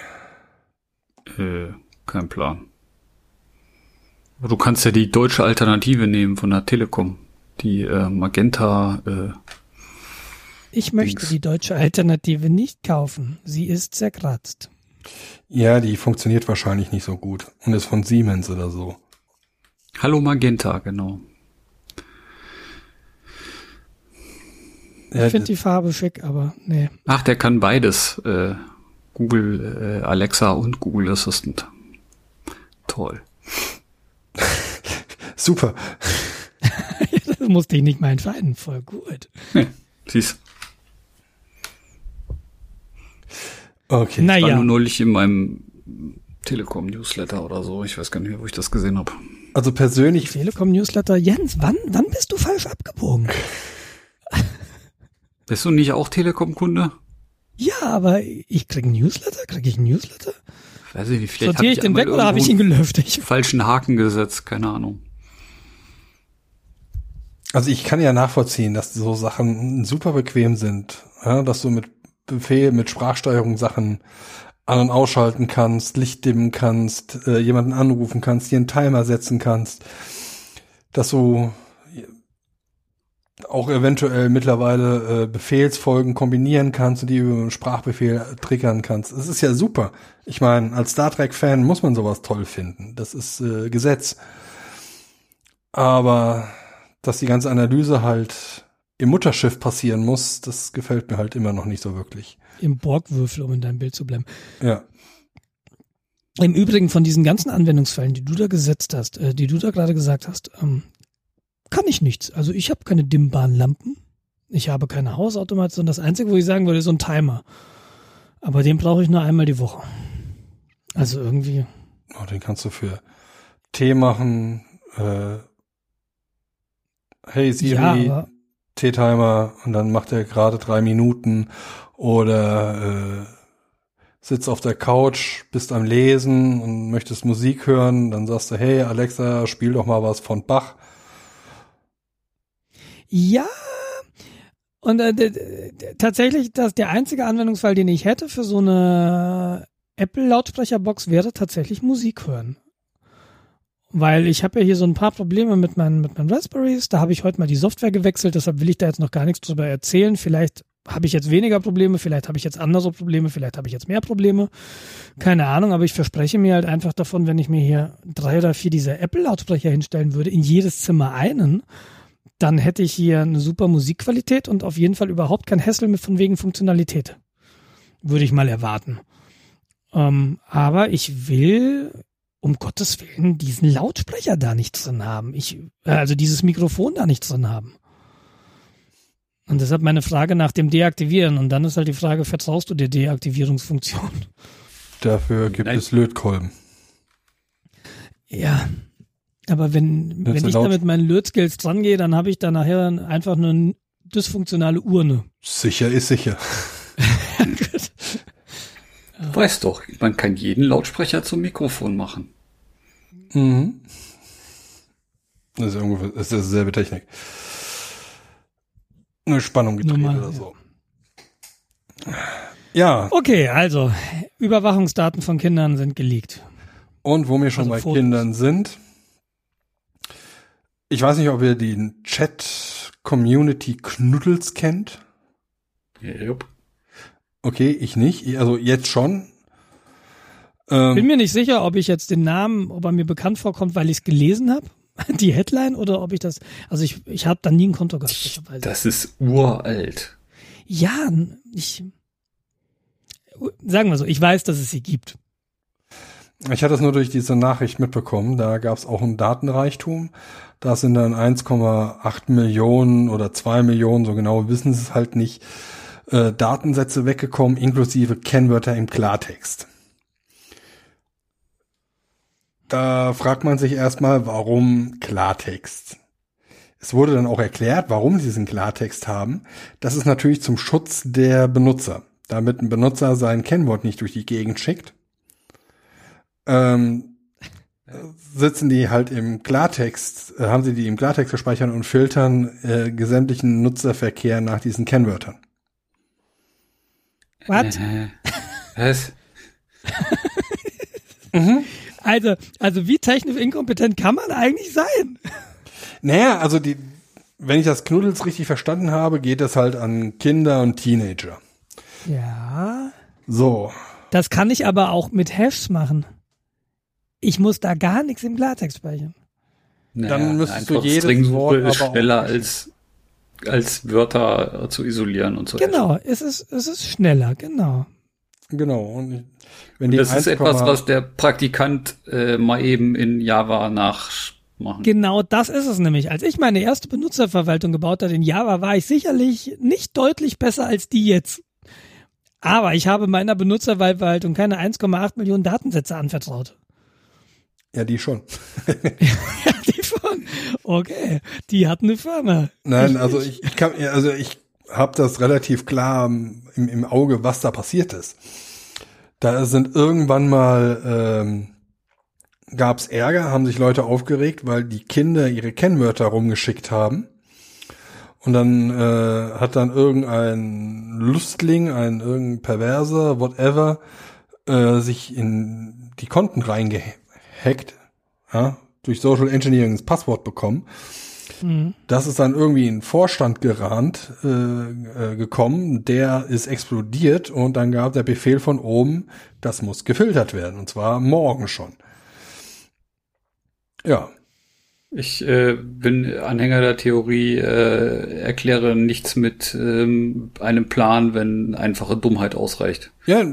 Kein Plan. Du kannst ja die deutsche Alternative nehmen von der Telekom. Die Magenta. Ich möchte die deutsche Alternative nicht kaufen. Sie ist zerkratzt. Ja, die funktioniert wahrscheinlich nicht so gut. Und ist von Siemens oder so. Hallo Magenta, genau. Ich finde die Farbe schick, aber nee. Ach, der kann beides. Google Alexa und Google Assistant. Toll. Super. Das musste ich nicht mal entscheiden. Voll gut. Siehst. Okay. Das war nur neulich in meinem Telekom-Newsletter oder so. Ich weiß gar nicht mehr, wo ich das gesehen habe. Also persönlich. Telekom-Newsletter. Jens, wann bist du falsch abgebogen? Bist du nicht auch Telekom-Kunde? Ja, aber ich krieg einen Newsletter? Krieg ich einen Newsletter? Weiß ich nicht, vielleicht Sortiere ich den weg oder habe ich ihn gelöscht? Falschen Haken gesetzt, keine Ahnung. Also ich kann ja nachvollziehen, dass so Sachen super bequem sind, ja, dass du mit Befehl, mit Sprachsteuerung Sachen an- und ausschalten kannst, Licht dimmen kannst, jemanden anrufen kannst, dir einen Timer setzen kannst, dass du auch eventuell mittlerweile Befehlsfolgen kombinieren kannst und die über einen Sprachbefehl triggern kannst. Es ist ja super. Ich meine, als Star Trek-Fan muss man sowas toll finden. Das ist Gesetz. Aber dass die ganze Analyse halt im Mutterschiff passieren muss, das gefällt mir halt immer noch nicht so wirklich. Im Borgwürfel, um in deinem Bild zu bleiben. Ja. Im Übrigen von diesen ganzen Anwendungsfällen, die du da gesetzt hast, die du da gerade gesagt hast, kann ich nichts. Also ich habe keine dimmbaren Lampen, ich habe keine Hausautomation. Das Einzige, wo ich sagen würde, ist so ein Timer. Aber den brauche ich nur einmal die Woche. Also irgendwie. Oh, den kannst du für Tee machen. Hey Siri, ja, Teetimer, und dann macht er gerade 3 Minuten. Oder sitzt auf der Couch, bist am Lesen und möchtest Musik hören. Dann sagst du, hey Alexa, spiel doch mal was von Bach. Ja, und tatsächlich, der einzige Anwendungsfall, den ich hätte für so eine Apple-Lautsprecherbox, wäre tatsächlich Musik hören. Weil ich habe ja hier so ein paar Probleme mit meinen Raspberries. Da habe ich heute mal die Software gewechselt, deshalb will ich da jetzt noch gar nichts drüber erzählen. Vielleicht habe ich jetzt weniger Probleme, vielleicht habe ich jetzt andere Probleme, vielleicht habe ich jetzt mehr Probleme. Keine Ahnung, aber ich verspreche mir halt einfach davon, wenn ich mir hier 3 oder 4 dieser Apple-Lautsprecher hinstellen würde, in jedes Zimmer einen, dann hätte ich hier eine super Musikqualität und auf jeden Fall überhaupt kein Hassel mit von wegen Funktionalität. Würde ich mal erwarten. Aber ich will, um Gottes Willen, diesen Lautsprecher da nicht drin haben. Also dieses Mikrofon da nicht drin haben. Und deshalb meine Frage nach dem Deaktivieren. Und dann ist halt die Frage, vertraust du der Deaktivierungsfunktion? Dafür gibt es Lötkolben. Ja. Aber wenn ich da mit meinen Lötskills dran gehe, dann habe ich da nachher einfach eine dysfunktionale Urne. Sicher ist sicher. Du weißt doch, man kann jeden Lautsprecher zum Mikrofon machen. Mhm. Das ist dieselbe Technik. Eine Spannung gedreht oder so. Ja. Okay, also Überwachungsdaten von Kindern sind geleakt. Und wo wir schon bei Fotos. Kindern sind, ich weiß nicht, ob ihr den Chat-Community Knuddels kennt. Yep. Okay, ich nicht. Also jetzt schon. Bin mir nicht sicher, ob ich jetzt den Namen, ob er mir bekannt vorkommt, weil ich es gelesen habe, die Headline, oder ob ich das, also ich habe da nie ein Konto gehabt. Das ist uralt. Ja, sagen wir so, ich weiß, dass es sie gibt. Ich hatte es nur durch diese Nachricht mitbekommen. Da gab es auch einen Datenreichtum. Da sind dann 1,8 Millionen oder 2 Millionen, so genau wissen sie es halt nicht, Datensätze weggekommen, inklusive Kennwörter im Klartext. Da fragt man sich erstmal, warum Klartext? Es wurde dann auch erklärt, warum sie diesen Klartext haben. Das ist natürlich zum Schutz der Benutzer, damit ein Benutzer sein Kennwort nicht durch die Gegend schickt. Sitzen die halt im Klartext, haben sie die im Klartext gespeichert und filtern gesämtlichen Nutzerverkehr nach diesen Kennwörtern. Was? Was? Also wie technisch inkompetent kann man eigentlich sein? Naja, also wenn ich das Knuddels richtig verstanden habe, geht das halt an Kinder und Teenager. Ja. So. Das kann ich aber auch mit Hashs machen. Ich muss da gar nichts im Klartext speichern. Dann müsstest du jedes Stringsuche Wort ist schneller als Wörter zu isolieren und so. Genau, es ist schneller, genau. Genau. Und wenn die das ist etwas, was der Praktikant mal eben in Java nachmachen. Genau, das ist es nämlich. Als ich meine erste Benutzerverwaltung gebaut habe in Java, war ich sicherlich nicht deutlich besser als die jetzt. Aber ich habe meiner Benutzerverwaltung keine 1,8 Millionen Datensätze anvertraut. Ja, die schon. Ja, die schon. Okay, die hat eine Firma. Nein, also ich habe das relativ klar im Auge, was da passiert ist. Da sind irgendwann mal gab's Ärger, haben sich Leute aufgeregt, weil die Kinder ihre Kennwörter rumgeschickt haben. Und dann hat dann irgendein Lüstling, irgendein Perverser, whatever, sich in die Konten reingehackt, ja, durch Social Engineering das Passwort bekommen. Das ist dann irgendwie in den Vorstand gekommen, der ist explodiert und dann gab der Befehl von oben, das muss gefiltert werden, und zwar morgen schon. Ja. Ich bin Anhänger der Theorie, erkläre nichts mit einem Plan, wenn einfache Dummheit ausreicht. Ja,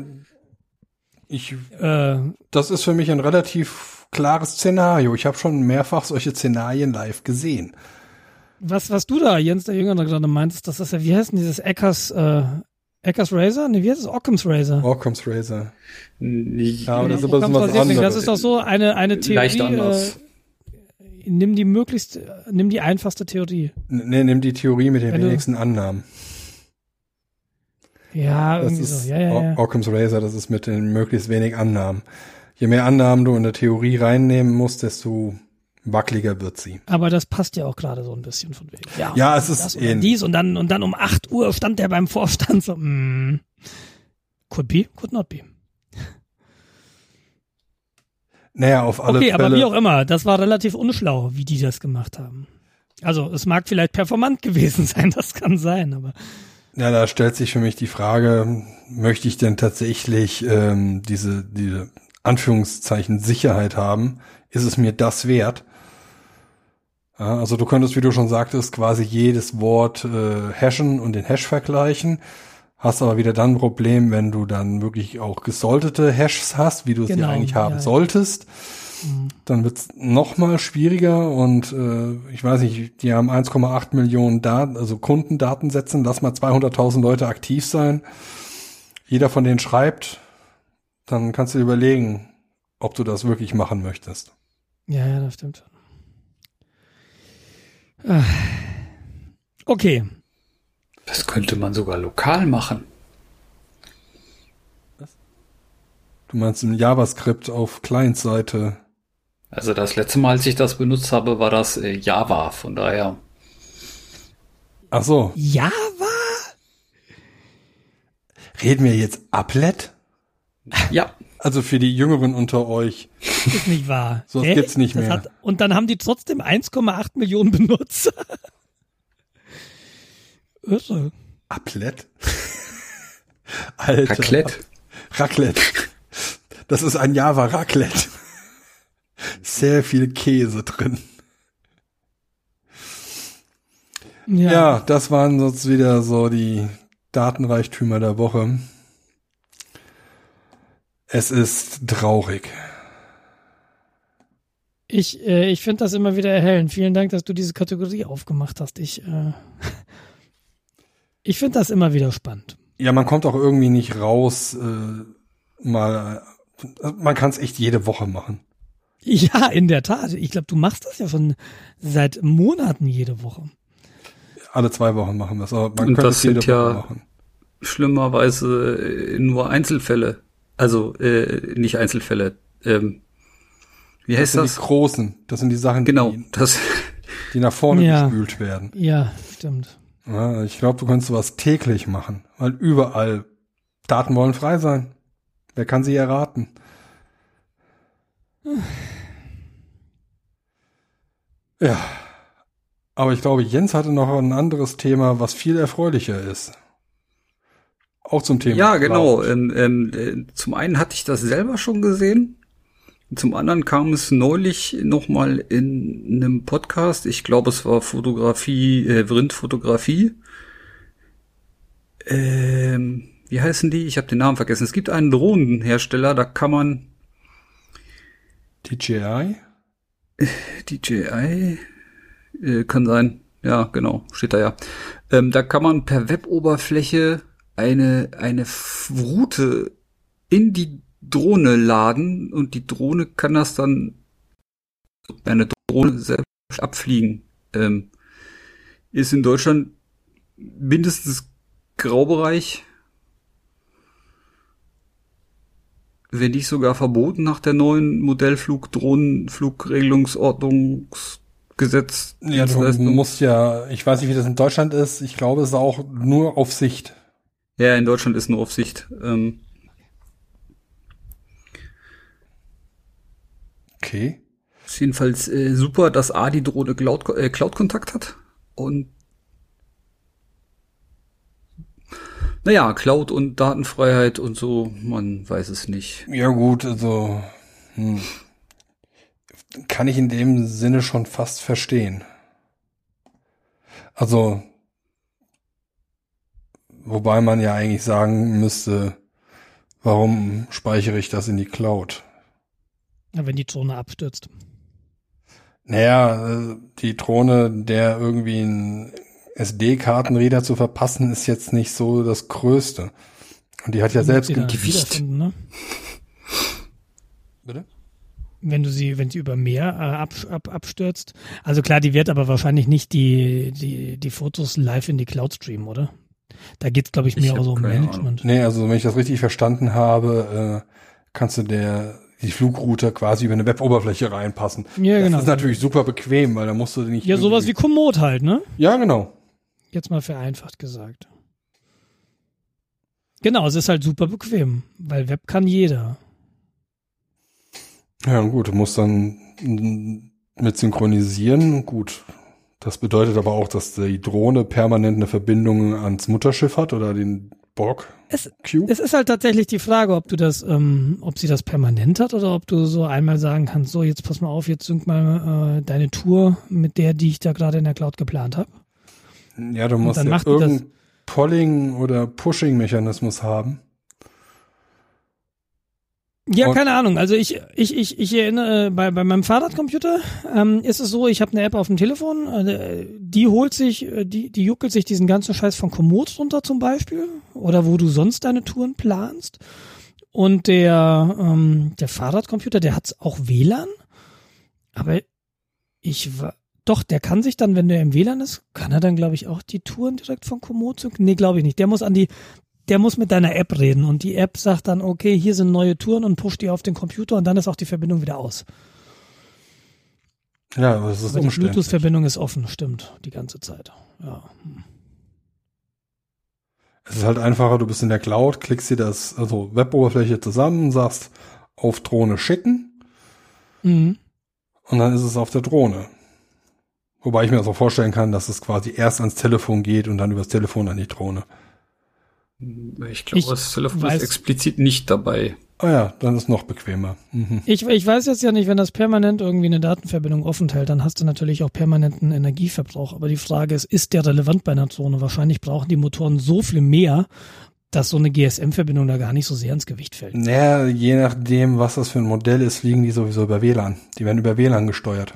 das ist für mich ein relativ klares Szenario. Ich habe schon mehrfach solche Szenarien live gesehen. Was du da, Jens, der Jüngere, gerade meintest, das ist ja, wie heißt denn dieses Eckers Razor? Ne, wie heißt es? Occam's Razor. Occam's Razor. Ja, aber das ist aber so was anderes. Das ist doch so eine Theorie. Leicht anders. Nimm die einfachste Theorie. Nee, nimm die Theorie mit den wenigsten Annahmen. Ja, das irgendwie ist so. Ja. Occam's Razor, das ist mit den möglichst wenig Annahmen. Je mehr Annahmen du in der Theorie reinnehmen musst, desto wackeliger wird sie. Aber das passt ja auch gerade so ein bisschen von wegen. Ja, es ist ähnlich. Dies und dann um 8 Uhr stand der beim Vorstand so, could be, could not be. Naja, auf alle Fälle. Okay, aber wie auch immer, das war relativ unschlau, wie die das gemacht haben. Also es mag vielleicht performant gewesen sein, das kann sein, aber ja, da stellt sich für mich die Frage, möchte ich denn tatsächlich diese Anführungszeichen Sicherheit haben? Ist es mir das wert? Ja, also du könntest, wie du schon sagtest, quasi jedes Wort hashen und den Hash vergleichen. Hast aber wieder dann ein Problem, wenn du dann wirklich auch gesaltete Hashes hast, wie du es ja eigentlich haben solltest. Dann wird's noch mal schwieriger und ich weiß nicht, die haben 1,8 Millionen Kundendatensätzen, lass mal 200.000 Leute aktiv sein. Jeder von denen schreibt, dann kannst du dir überlegen, ob du das wirklich machen möchtest. Ja, das stimmt schon. Okay. Das könnte man sogar lokal machen. Was? Du meinst im JavaScript auf Client-Seite? Also das letzte Mal, als ich das benutzt habe, war das Java, von daher. Ach so. Java? Reden wir jetzt Applet? Ja. Also für die Jüngeren unter euch. Ist nicht wahr. So gibt's nicht mehr. Und dann haben die trotzdem 1,8 Millionen Benutzer. Irre. Applet? Alter. Raclette. Das ist ein Java Raclette. Sehr viel Käse drin. Ja, das waren sonst wieder so die Datenreichtümer der Woche. Es ist traurig. Ich finde das immer wieder erhellend. Vielen Dank, dass du diese Kategorie aufgemacht hast. Ich finde das immer wieder spannend. Ja, man kommt auch irgendwie nicht raus, man kann es echt jede Woche machen. Ja, in der Tat. Ich glaube, du machst das ja schon seit Monaten jede Woche. Alle 2 Wochen machen wir es, aber man könnte es jede Woche machen. Schlimmerweise nur Einzelfälle. Also nicht Einzelfälle. Wie heißt das? Das sind die großen. Das sind die Sachen, genau, die nach vorne gespült werden. Ja, stimmt. Ja, ich glaube, du könntest sowas täglich machen, weil überall Daten wollen frei sein. Wer kann sie erraten? Ja, aber ich glaube, Jens hatte noch ein anderes Thema, was viel erfreulicher ist. Auch zum Thema. Ja, genau. Zum einen hatte ich das selber schon gesehen. Zum anderen kam es neulich nochmal in einem Podcast. Ich glaube, es war Rindfotografie. Wie heißen die? Ich habe den Namen vergessen. Es gibt einen Drohnenhersteller, da kann man DJI? DJI? Kann sein. Ja, genau. Steht da ja. Da kann man per Web-Oberfläche eine Route in die Drohne laden und die Drohne kann das dann eine Drohne selbst abfliegen. Ist in Deutschland mindestens Graubereich, wenn nicht sogar verboten nach der neuen Modellflugdrohnenflugregelungsordnungsgesetz. Ja, du musst ja, ich weiß nicht, wie das in Deutschland ist, ich glaube, es ist auch nur auf Sicht. Ja, in Deutschland ist nur auf Sicht. Okay. Ist jedenfalls super, dass die Drohne Cloud-Kontakt hat und naja, Cloud und Datenfreiheit und so, man weiß es nicht. Ja gut, also kann ich in dem Sinne schon fast verstehen. Also, wobei man ja eigentlich sagen müsste, warum speichere ich das in die Cloud? Ja, wenn die Drohne abstürzt. Naja, die Drohne, der irgendwie ein SD-Kartenreader zu verpassen, ist jetzt nicht so das Größte. Und die hat ja selbst Gewicht. Ne? Bitte? Wenn sie über Meer abstürzt. Also klar, die wird aber wahrscheinlich nicht die Fotos live in die Cloud streamen, oder? Da geht's, glaube ich, mehr so um Management. Nee, also wenn ich das richtig verstanden habe, kannst du die Flugroute quasi über eine Weboberfläche reinpassen. Ja, genau. Das ist natürlich super bequem, weil da musst du nicht... Ja, sowas wie Komoot halt, ne? Ja, genau. Jetzt mal vereinfacht gesagt. Genau, es ist halt super bequem, weil Web kann jeder. Ja, gut, du musst dann mit synchronisieren. Gut, das bedeutet aber auch, dass die Drohne permanent eine Verbindung ans Mutterschiff hat oder den Borg-Cube. Es ist halt tatsächlich die Frage, ob sie das permanent hat oder ob du so einmal sagen kannst, so jetzt pass mal auf, jetzt sync mal deine Tour mit die ich da gerade in der Cloud geplant habe. Ja, du musst ja irgendeinen Polling- oder Pushing-Mechanismus haben. Ja, keine Ahnung. Also ich erinnere, bei meinem Fahrradcomputer ist es so, ich habe eine App auf dem Telefon, die juckelt sich diesen ganzen Scheiß von Komoot runter zum Beispiel oder wo du sonst deine Touren planst. Und der Fahrradcomputer, der hat auch WLAN, aber der kann sich dann, wenn der im WLAN ist, kann er dann, glaube ich, auch die Touren direkt von Komoot synken? Nee, glaube ich nicht. Der muss mit deiner App reden und die App sagt dann, okay, hier sind neue Touren und pusht die auf den Computer und dann ist auch die Verbindung wieder aus. Ja, aber es ist umständlich. Die Bluetooth-Verbindung ist offen, stimmt, die ganze Zeit. Ja. Es ist halt einfacher, du bist in der Cloud, klickst dir Web-Oberfläche zusammen, sagst auf Drohne schicken und dann ist es auf der Drohne. Wobei ich mir das auch vorstellen kann, dass es quasi erst ans Telefon geht und dann übers Telefon an die Drohne. Ich glaube, das Telefon ist explizit nicht dabei. Ah ja, dann ist noch bequemer. Mhm. Ich weiß jetzt ja nicht, wenn das permanent irgendwie eine Datenverbindung offen hält, dann hast du natürlich auch permanenten Energieverbrauch. Aber die Frage ist der relevant bei einer Drohne? Wahrscheinlich brauchen die Motoren so viel mehr, dass so eine GSM-Verbindung da gar nicht so sehr ins Gewicht fällt. Naja, je nachdem, was das für ein Modell ist, fliegen die sowieso über WLAN. Die werden über WLAN gesteuert.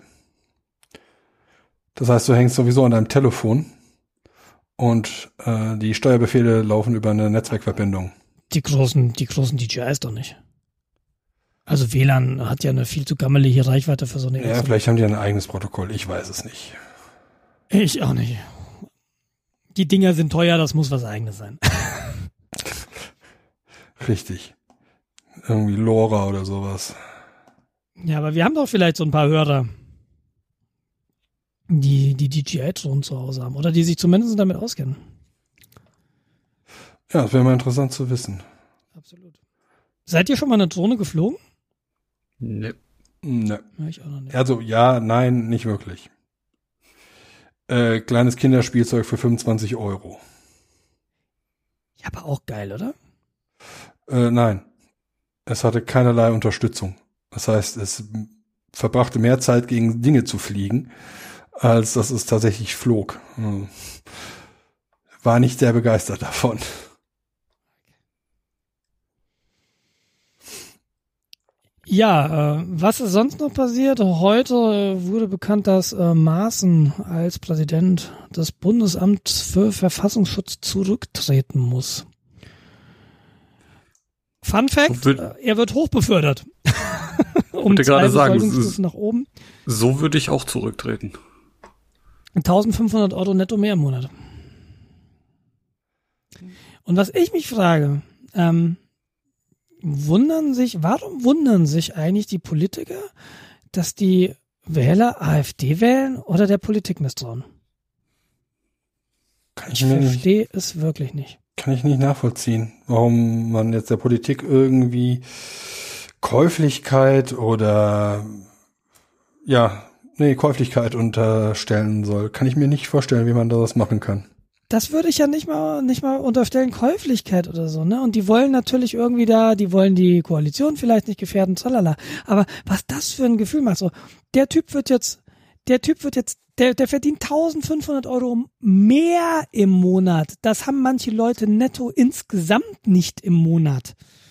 Das heißt, du hängst sowieso an deinem Telefon und die Steuerbefehle laufen über eine Netzwerkverbindung. Die großen DJIs doch nicht. Also WLAN hat ja eine viel zu gammelige Reichweite für so eine Ja, vielleicht haben die ein eigenes Protokoll, ich weiß es nicht. Ich auch nicht. Die Dinger sind teuer, das muss was Eigenes sein. Richtig. Irgendwie LoRa oder sowas. Ja, aber wir haben doch vielleicht so ein paar Hörer, die DJI-Drohnen zu Hause haben oder die sich zumindest damit auskennen. Ja, das wäre mal interessant zu wissen. Absolut. Seid ihr schon mal eine Drohne geflogen? Nee. Ne. Ja, ich auch noch nicht. Also ja, nein, nicht wirklich. Kleines Kinderspielzeug für 25 €. Ja, aber auch geil, oder? Nein. Es hatte keinerlei Unterstützung. Das heißt, es verbrachte mehr Zeit, gegen Dinge zu fliegen, als dass es tatsächlich flog. War nicht sehr begeistert davon. Ja, was ist sonst noch passiert? Heute wurde bekannt, dass Maaßen als Präsident des Bundesamts für Verfassungsschutz zurücktreten muss. Fun Fact, er wird hochbefördert. Um 2 Verwaltungsstufen nach oben. So würde ich auch zurücktreten. 1.500 Euro netto mehr im Monat. Und was ich mich frage, warum wundern sich eigentlich die Politiker, dass die Wähler AfD wählen oder der Politik misstrauen? Ich verstehe es wirklich nicht. Kann ich nicht nachvollziehen, warum man jetzt der Politik irgendwie Käuflichkeit oder Käuflichkeit unterstellen soll. Kann ich mir nicht vorstellen, wie man das machen kann. Das würde ich ja nicht mal unterstellen, Käuflichkeit oder so, ne? Und die wollen natürlich irgendwie die wollen die Koalition vielleicht nicht gefährden, tralala. Aber was das für ein Gefühl macht, so, der Typ verdient 1.500 Euro mehr im Monat. Das haben manche Leute netto insgesamt nicht im Monat.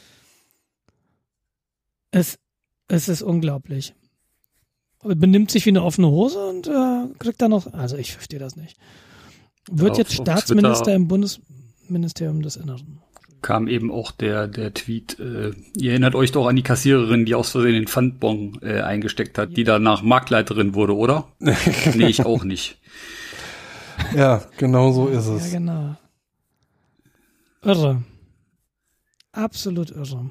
Es ist unglaublich. Benimmt sich wie eine offene Hose und kriegt dann noch, also ich verstehe das nicht. Wird jetzt Staatsminister im Bundesministerium des Inneren. Kam eben auch der Tweet, ihr erinnert euch doch an die Kassiererin, die aus Versehen den Pfandbon eingesteckt hat, die danach Marktleiterin wurde, oder? Nee, ich auch nicht. Ja, genau so ist es. Ja, genau. Irre. Absolut irre.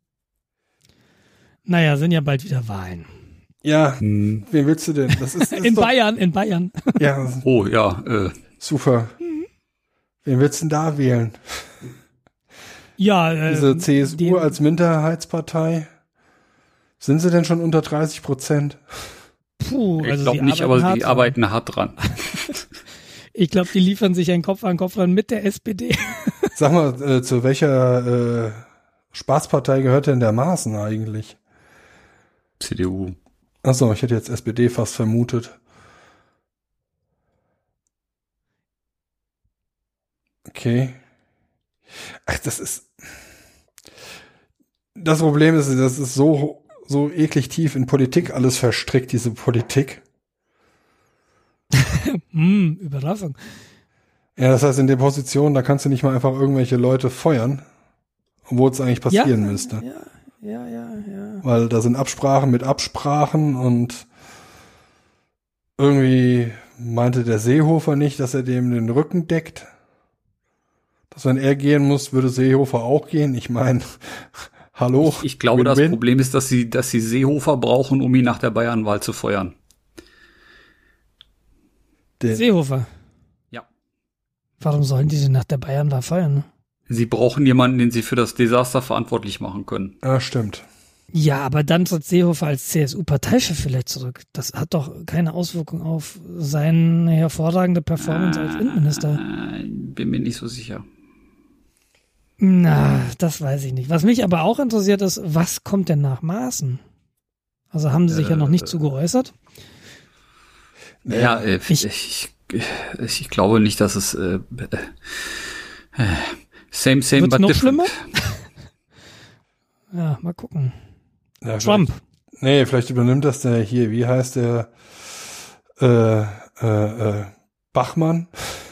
Naja, sind ja bald wieder Wahlen. Ja, wen willst du denn? Das ist in Bayern. Ja. Oh, ja. Super. Wen willst du denn da wählen? Ja, diese CSU als Minderheitspartei. Sind sie denn schon unter 30%? Puh, ich glaube nicht, aber die arbeiten hart dran. Ich glaube, die liefern sich ein Kopf an Kopf ran mit der SPD. Sag mal, zu welcher Spaßpartei gehört denn der Maaßen eigentlich? CDU. Achso, ich hätte jetzt SPD fast vermutet. Okay. Ach, das Problem ist, das ist so eklig tief in Politik alles verstrickt, diese Politik. Überraschung. Ja, das heißt, in der Position, da kannst du nicht mal einfach irgendwelche Leute feuern, obwohl es eigentlich passieren müsste. Ja. Weil da sind Absprachen mit Absprachen und irgendwie meinte der Seehofer nicht, dass er dem den Rücken deckt. Dass wenn er gehen muss, würde Seehofer auch gehen. Ich meine, hallo. Ich glaube, das Problem ist, dass sie Seehofer brauchen, um ihn nach der Bayernwahl zu feuern. Seehofer? Ja. Warum sollen die sie nach der Bayernwahl feuern? Sie brauchen jemanden, den sie für das Desaster verantwortlich machen können. Ja, stimmt. Ja, aber dann tritt Seehofer als CSU-Parteichef vielleicht zurück. Das hat doch keine Auswirkung auf seine hervorragende Performance als Innenminister. Bin mir nicht so sicher. Na, das weiß ich nicht. Was mich aber auch interessiert ist, was kommt denn nach Maaßen? Also haben sie sich ja noch nicht zu geäußert. Ja, ich glaube nicht, dass es same, Wird's but noch different. schlimmer? Ja, mal gucken. Ja, Trump. Nee, vielleicht übernimmt das der hier, wie heißt der Bachmann?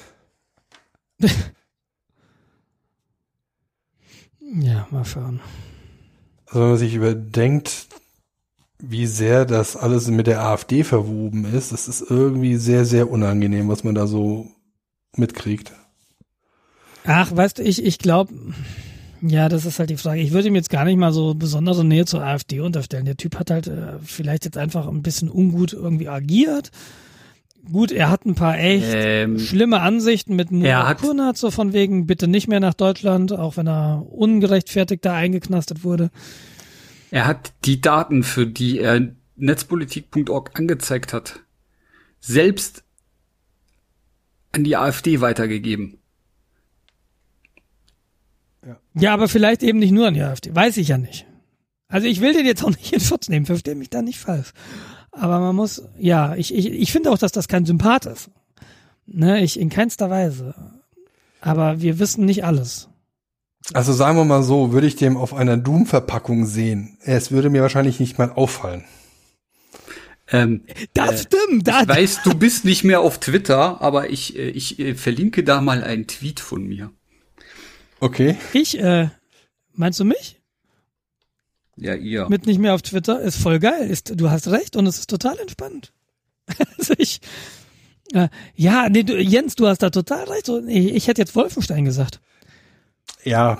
Ja, mal schauen. Also wenn man sich überdenkt, wie sehr das alles mit der AfD verwoben ist, das ist irgendwie sehr, sehr unangenehm, was man da so mitkriegt. Ach, weißt du, ich glaube, ja, das ist halt die Frage. Ich würde ihm jetzt gar nicht mal so besondere Nähe zur AfD unterstellen. Der Typ hat halt vielleicht jetzt einfach ein bisschen ungut irgendwie agiert. Gut, er hat ein paar echt schlimme Ansichten mit Murat Kurnat, so von wegen, bitte nicht mehr nach Deutschland, auch wenn er ungerechtfertigt da eingeknastet wurde. Er hat die Daten, für die er netzpolitik.org angezeigt hat, selbst an die AfD weitergegeben. Ja, aber vielleicht eben nicht nur an die AfD. Weiß ich ja nicht. Also ich will den jetzt auch nicht in Schutz nehmen, verstehe mich da nicht falsch. Aber man muss, ja, ich finde auch, dass das kein Sympath ist. Ne, in keinster Weise. Aber wir wissen nicht alles. Also sagen wir mal so, würde ich dem auf einer Doom-Verpackung sehen, es würde mir wahrscheinlich nicht mal auffallen. Das stimmt. Ich weiß, du bist nicht mehr auf Twitter, aber ich verlinke da mal einen Tweet von mir. Okay. Meinst du mich? Ja, ihr. Mit nicht mehr auf Twitter ist voll geil. Du hast recht und es ist total entspannt. Also Jens, du hast da total recht. Ich hätte jetzt Wolfenstein gesagt. Ja.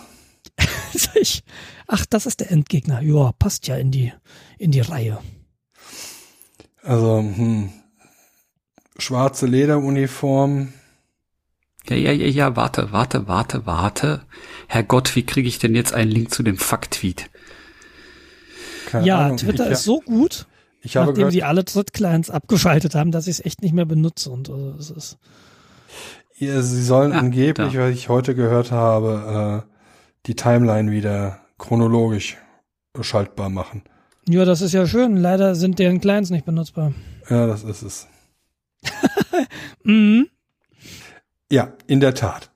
Das ist der Endgegner. Ja, passt ja in die Reihe. Also, schwarze Lederuniform. Ja, warte. Herrgott, wie kriege ich denn jetzt einen Link zu dem Fuck-Tweet? Keine Ahnung. Twitter ist so gut, nachdem sie alle Drittclients abgeschaltet haben, dass ich es echt nicht mehr benutze. Und es ist. Ja, sie sollen angeblich, was ich heute gehört habe, die Timeline wieder chronologisch schaltbar machen. Ja, das ist ja schön. Leider sind deren Clients nicht benutzbar. Ja, das ist es. Mhm. Ja, in der Tat.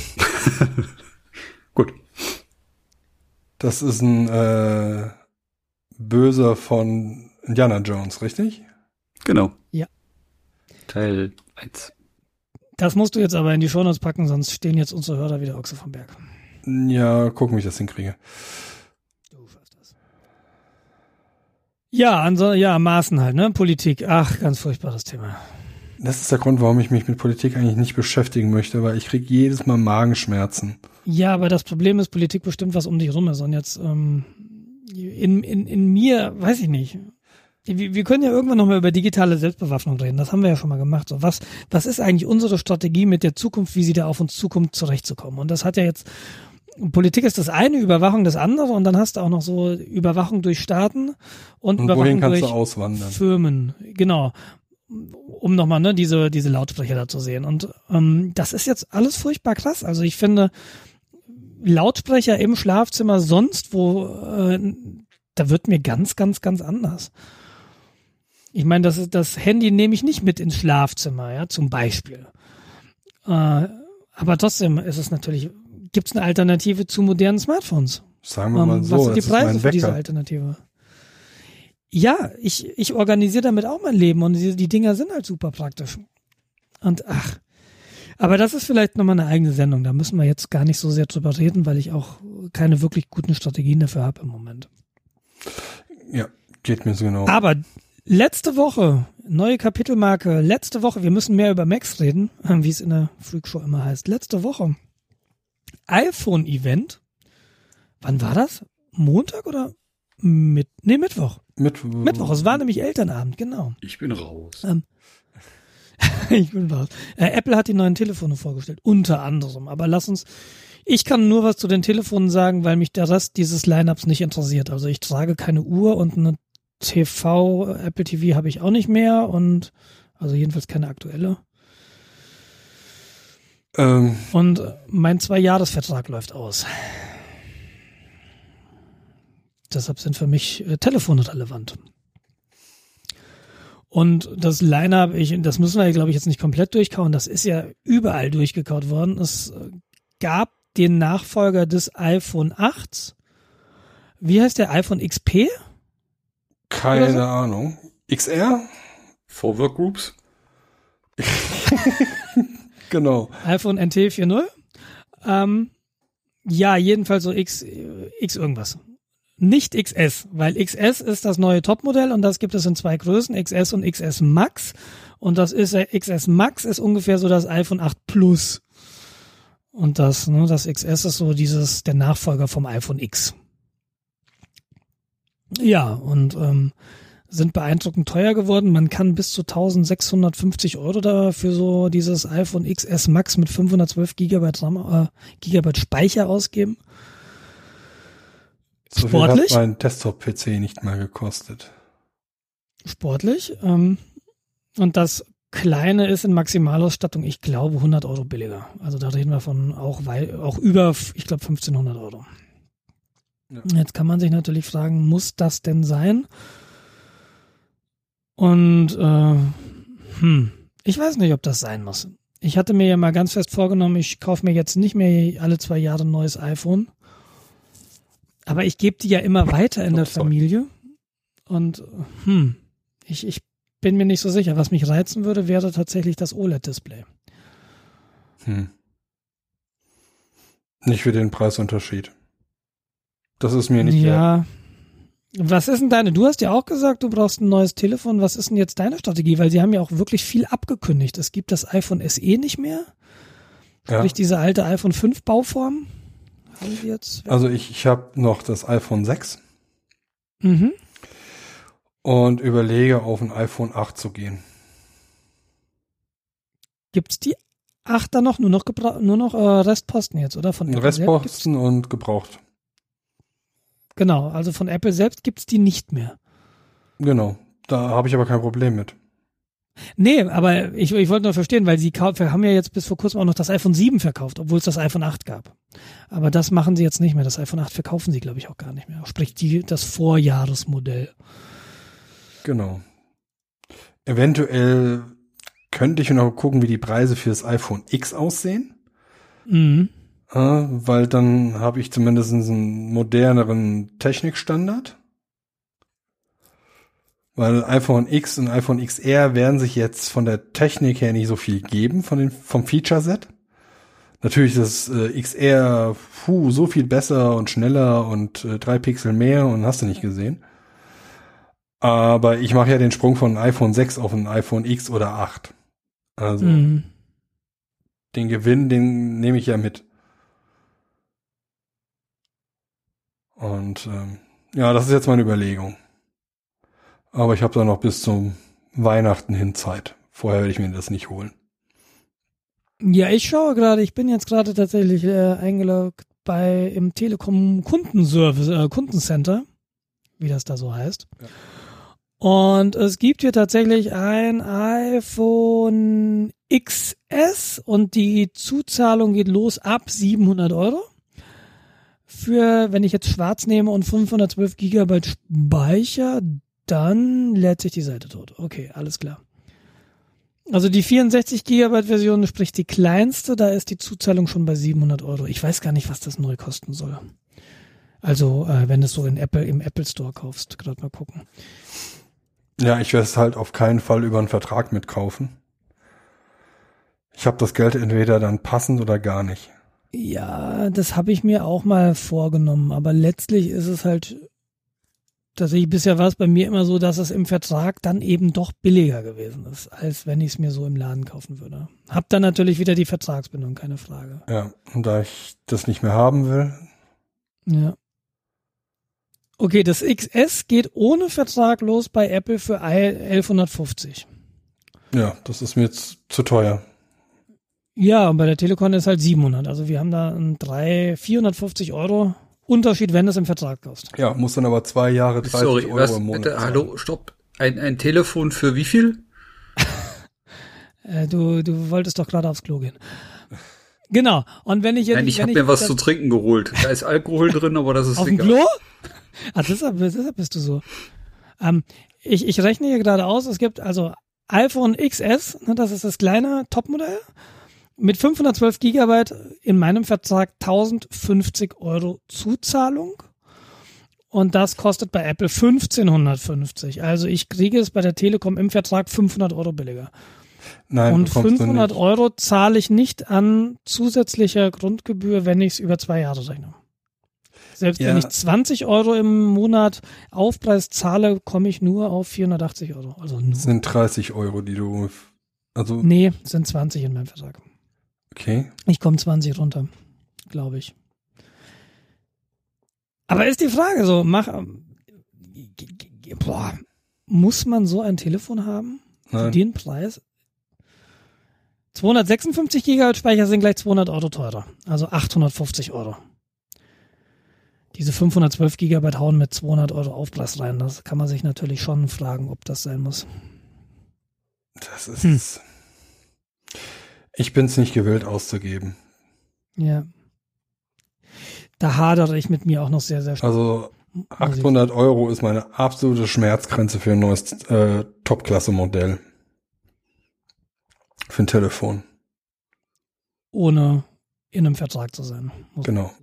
Gut. Das ist ein Böser von Indiana Jones, richtig? Genau. Ja. Teil 1. Das musst du jetzt aber in die Shownotes packen, sonst stehen jetzt unsere Hörer wieder Ochse vom Berg. Ja, gucken, wie ich das hinkriege. Du schaffst das. Ja, Maßen halt, ne? Politik. Ach, ganz furchtbares Thema. Das ist der Grund, warum ich mich mit Politik eigentlich nicht beschäftigen möchte, weil ich kriege jedes Mal Magenschmerzen. Ja, aber das Problem ist, Politik bestimmt, was um dich rum ist. Und jetzt in mir, weiß ich nicht. Wir können ja irgendwann nochmal über digitale Selbstbewaffnung reden. Das haben wir ja schon mal gemacht. So, was ist eigentlich unsere Strategie mit der Zukunft, wie sie da auf uns zukommt, zurechtzukommen? Und das hat ja jetzt, Politik ist das eine, Überwachung das andere, und dann hast du auch noch so Überwachung durch Staaten und Überwachung durch Firmen. Genau. Um nochmal diese Lautsprecher da zu sehen. Und das ist jetzt alles furchtbar krass. Also ich finde, Lautsprecher im Schlafzimmer sonst wo, da wird mir ganz, ganz, ganz anders. Ich meine, das Handy nehme ich nicht mit ins Schlafzimmer, ja, zum Beispiel. Aber trotzdem ist es natürlich, gibt es eine Alternative zu modernen Smartphones? Sagen wir mal so, was sind die Preise für diese Alternative? Ja, ich organisiere damit auch mein Leben und die Dinger sind halt super praktisch. Und aber das ist vielleicht nochmal eine eigene Sendung. Da müssen wir jetzt gar nicht so sehr drüber reden, weil ich auch keine wirklich guten Strategien dafür habe im Moment. Ja, geht mir so genau. Aber letzte Woche, neue Kapitelmarke, wir müssen mehr über Macs reden, wie es in der Freakshow immer heißt. Letzte Woche, iPhone-Event. Wann war das? Montag oder Mittwoch? Mittwoch, es war nämlich Elternabend, genau. Ich bin raus. Ich bin raus. Apple hat die neuen Telefone vorgestellt, unter anderem. Aber ich kann nur was zu den Telefonen sagen, weil mich der Rest dieses Lineups nicht interessiert. Also ich trage keine Uhr und eine Apple TV habe ich auch nicht mehr, und also jedenfalls keine aktuelle. Und mein 2-Jahres-Vertrag läuft aus. Deshalb sind für mich Telefone relevant. Und das Line-Up, das müssen wir ja, glaube ich, jetzt nicht komplett durchkauen. Das ist ja überall durchgekaut worden. Es gab den Nachfolger des iPhone 8. Wie heißt der? iPhone XP? Keine Ahnung. XR? For Workgroups? Genau. iPhone NT 4.0? Ja, jedenfalls so X irgendwas. Nicht XS, weil XS ist das neue Topmodell und das gibt es in 2 Größen, XS und XS Max. Und XS Max ist ungefähr so das iPhone 8 Plus. Und das XS ist so der Nachfolger vom iPhone X. Ja, und sind beeindruckend teuer geworden. Man kann bis zu 1.650 € da für so dieses iPhone XS Max mit 512 Gigabyte Speicher ausgeben. So sportlich. Viel hat mein Desktop-PC nicht mal gekostet. Sportlich. Und das Kleine ist in Maximalausstattung, ich glaube, 100 € billiger. Also da reden wir von auch über, ich glaube, 1.500 €. Ja. Jetzt kann man sich natürlich fragen, muss das denn sein? Und ich weiß nicht, ob das sein muss. Ich hatte mir ja mal ganz fest vorgenommen, ich kaufe mir jetzt nicht mehr alle 2 Jahre ein neues iPhone. Aber ich gebe die ja immer weiter in der Familie. Und ich bin mir nicht so sicher. Was mich reizen würde, wäre tatsächlich das OLED-Display. Nicht für den Preisunterschied. Das ist mir nicht wert. Was ist denn deine? Du hast ja auch gesagt, du brauchst ein neues Telefon. Was ist denn jetzt deine Strategie? Weil sie haben ja auch wirklich viel abgekündigt. Es gibt das iPhone SE nicht mehr. Sprich, diese alte iPhone 5 Bauform. Haben sie jetzt? Also ich habe noch das iPhone 6 Mhm. und überlege, auf ein iPhone 8 zu gehen. Gibt's die 8 dann noch? Nur noch Restposten jetzt, oder? Von Apple Restposten und gebraucht. Genau, also von Apple selbst gibt's die nicht mehr. Genau, da habe ich aber kein Problem mit. Nee, aber ich wollte nur verstehen, weil sie haben ja jetzt bis vor kurzem auch noch das iPhone 7 verkauft, obwohl es das iPhone 8 gab. Aber das machen sie jetzt nicht mehr. Das iPhone 8 verkaufen sie, glaube ich, auch gar nicht mehr. Sprich, das Vorjahresmodell. Genau. Eventuell könnte ich noch gucken, wie die Preise für das iPhone X aussehen. Mhm. Weil dann habe ich zumindest einen moderneren Technikstandard. Weil iPhone X und iPhone XR werden sich jetzt von der Technik her nicht so viel geben, vom Feature-Set. Natürlich ist das XR so viel besser und schneller und 3 Pixel mehr und hast du nicht gesehen. Aber ich mache ja den Sprung von iPhone 6 auf ein iPhone X oder 8. Also den Gewinn, den nehme ich ja mit. Und ja, das ist jetzt meine Überlegung. Aber ich habe da noch bis zum Weihnachten hin Zeit. Vorher werde ich mir das nicht holen. Ja, ich schaue gerade, ich bin jetzt gerade tatsächlich eingeloggt im Telekom Kundencenter, wie das da so heißt. Ja. Und es gibt hier tatsächlich ein iPhone XS und die Zuzahlung geht los ab 700 €. Wenn ich jetzt schwarz nehme und 512 GB Speicher, dann lädt sich die Seite tot. Okay, alles klar. Also die 64 GB Version, sprich die kleinste, da ist die Zuzahlung schon bei 700 €. Ich weiß gar nicht, was das neu kosten soll. Also wenn du es so im Apple Store kaufst, gerade mal gucken. Ja, ich werde es halt auf keinen Fall über einen Vertrag mitkaufen. Ich habe das Geld entweder dann passend oder gar nicht. Ja, das habe ich mir auch mal vorgenommen, aber letztlich ist es halt, bisher war es bei mir immer so, dass es im Vertrag dann eben doch billiger gewesen ist, als wenn ich es mir so im Laden kaufen würde. Hab dann natürlich wieder die Vertragsbindung, keine Frage. Ja, und da ich das nicht mehr haben will. Ja. Okay, das XS geht ohne Vertrag los bei Apple für 1150. Ja, das ist mir jetzt zu teuer. Ja, und bei der Telekom ist halt 700. Also wir haben da einen 450 € Unterschied, wenn du es im Vertrag kaufst. Ja, muss dann aber 2 Jahre 30 € im Monat. Hallo, stopp. Ein Telefon für wie viel? Du wolltest doch gerade aufs Klo gehen. Genau. Und wenn ich jetzt. Nein, ich habe mir was zu trinken geholt. Da ist Alkohol drin, aber das ist auf egal. Auf dem Klo? Deshalb bist du so. Ich rechne hier gerade aus, es gibt also iPhone XS, das ist das kleine Topmodell, mit 512 GB in meinem Vertrag 1050 € Zuzahlung. Und das kostet bei Apple 1550. Also ich kriege es bei der Telekom im Vertrag 500 € billiger. Nein, und 500 € zahle ich nicht an zusätzlicher Grundgebühr, wenn ich es über 2 Jahre rechne. Selbst wenn ich 20 € im Monat Aufpreis zahle, komme ich nur auf 480 €. Also nur. Das sind 30 €, die du, also. Nee, sind 20 in meinem Vertrag. Okay. Ich komme 20 runter, glaube ich. Aber ist die Frage so, muss man so ein Telefon haben? Nein. Für den Preis? 256 GB Speicher sind gleich 200 € teurer. Also 850 €. Diese 512 GB hauen mit 200 € Aufpreis rein. Das kann man sich natürlich schon fragen, ob das sein muss. Das ist. Ich bin's nicht gewillt auszugeben. Ja. Da hadere ich mit mir auch noch sehr, sehr stark. Also 800 € ist meine absolute Schmerzgrenze für ein neues Top-Klasse-Modell. Für ein Telefon. Ohne in einem Vertrag zu sein. Genau.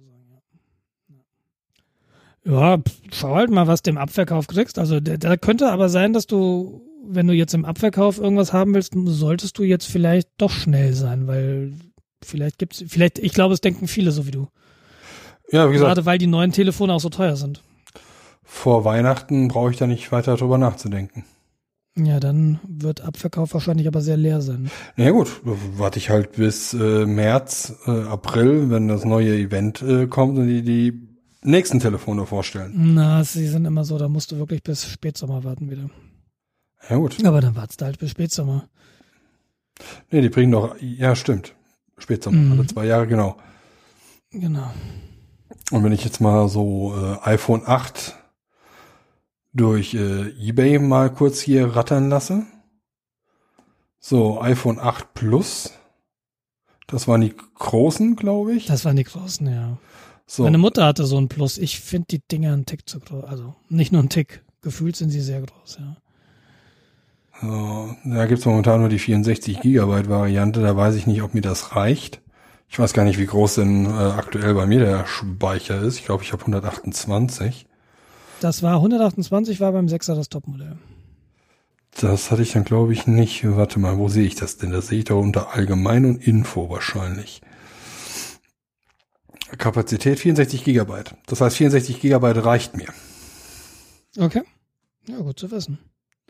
Ja, schau halt mal, was du im Abverkauf kriegst. Also da könnte aber sein, dass du, wenn du jetzt im Abverkauf irgendwas haben willst, solltest du jetzt vielleicht doch schnell sein, weil ich glaube, es denken viele so wie du. Ja, wie gesagt. Gerade weil die neuen Telefone auch so teuer sind. vor Weihnachten brauche ich da nicht weiter drüber nachzudenken. Ja, dann wird Abverkauf wahrscheinlich aber sehr leer sein. Na ja, gut, warte ich halt bis März, April, wenn das neue Event kommt und die nächsten Telefone vorstellen. Na, sie sind immer so, da musst du wirklich bis Spätsommer warten wieder. Ja gut. Aber dann wartest du halt bis Spätsommer. Nee, die bringen doch, ja stimmt, Spätsommer, alle 2 Jahre, genau. Genau. Und wenn ich jetzt mal so iPhone 8 durch eBay mal kurz hier rattern lasse. So, iPhone 8 Plus. Das waren die großen, glaube ich. Das waren die großen, ja. So. Meine Mutter hatte so ein Plus. Ich finde die Dinger einen Tick zu groß. Also nicht nur einen Tick. Gefühlt sind sie sehr groß, ja. So, da gibt's momentan nur die 64 Gigabyte Variante. Da weiß ich nicht, ob mir das reicht. Ich weiß gar nicht, wie groß denn aktuell bei mir der Speicher ist. Ich glaube, ich habe 128. Das war 128, war beim 6er das Topmodell. Das hatte ich dann, glaube ich, nicht. Warte mal, wo sehe ich das denn? Das sehe ich doch unter Allgemein und Info wahrscheinlich. Kapazität 64 Gigabyte. Das heißt, 64 Gigabyte reicht mir. Okay. Ja, gut zu wissen.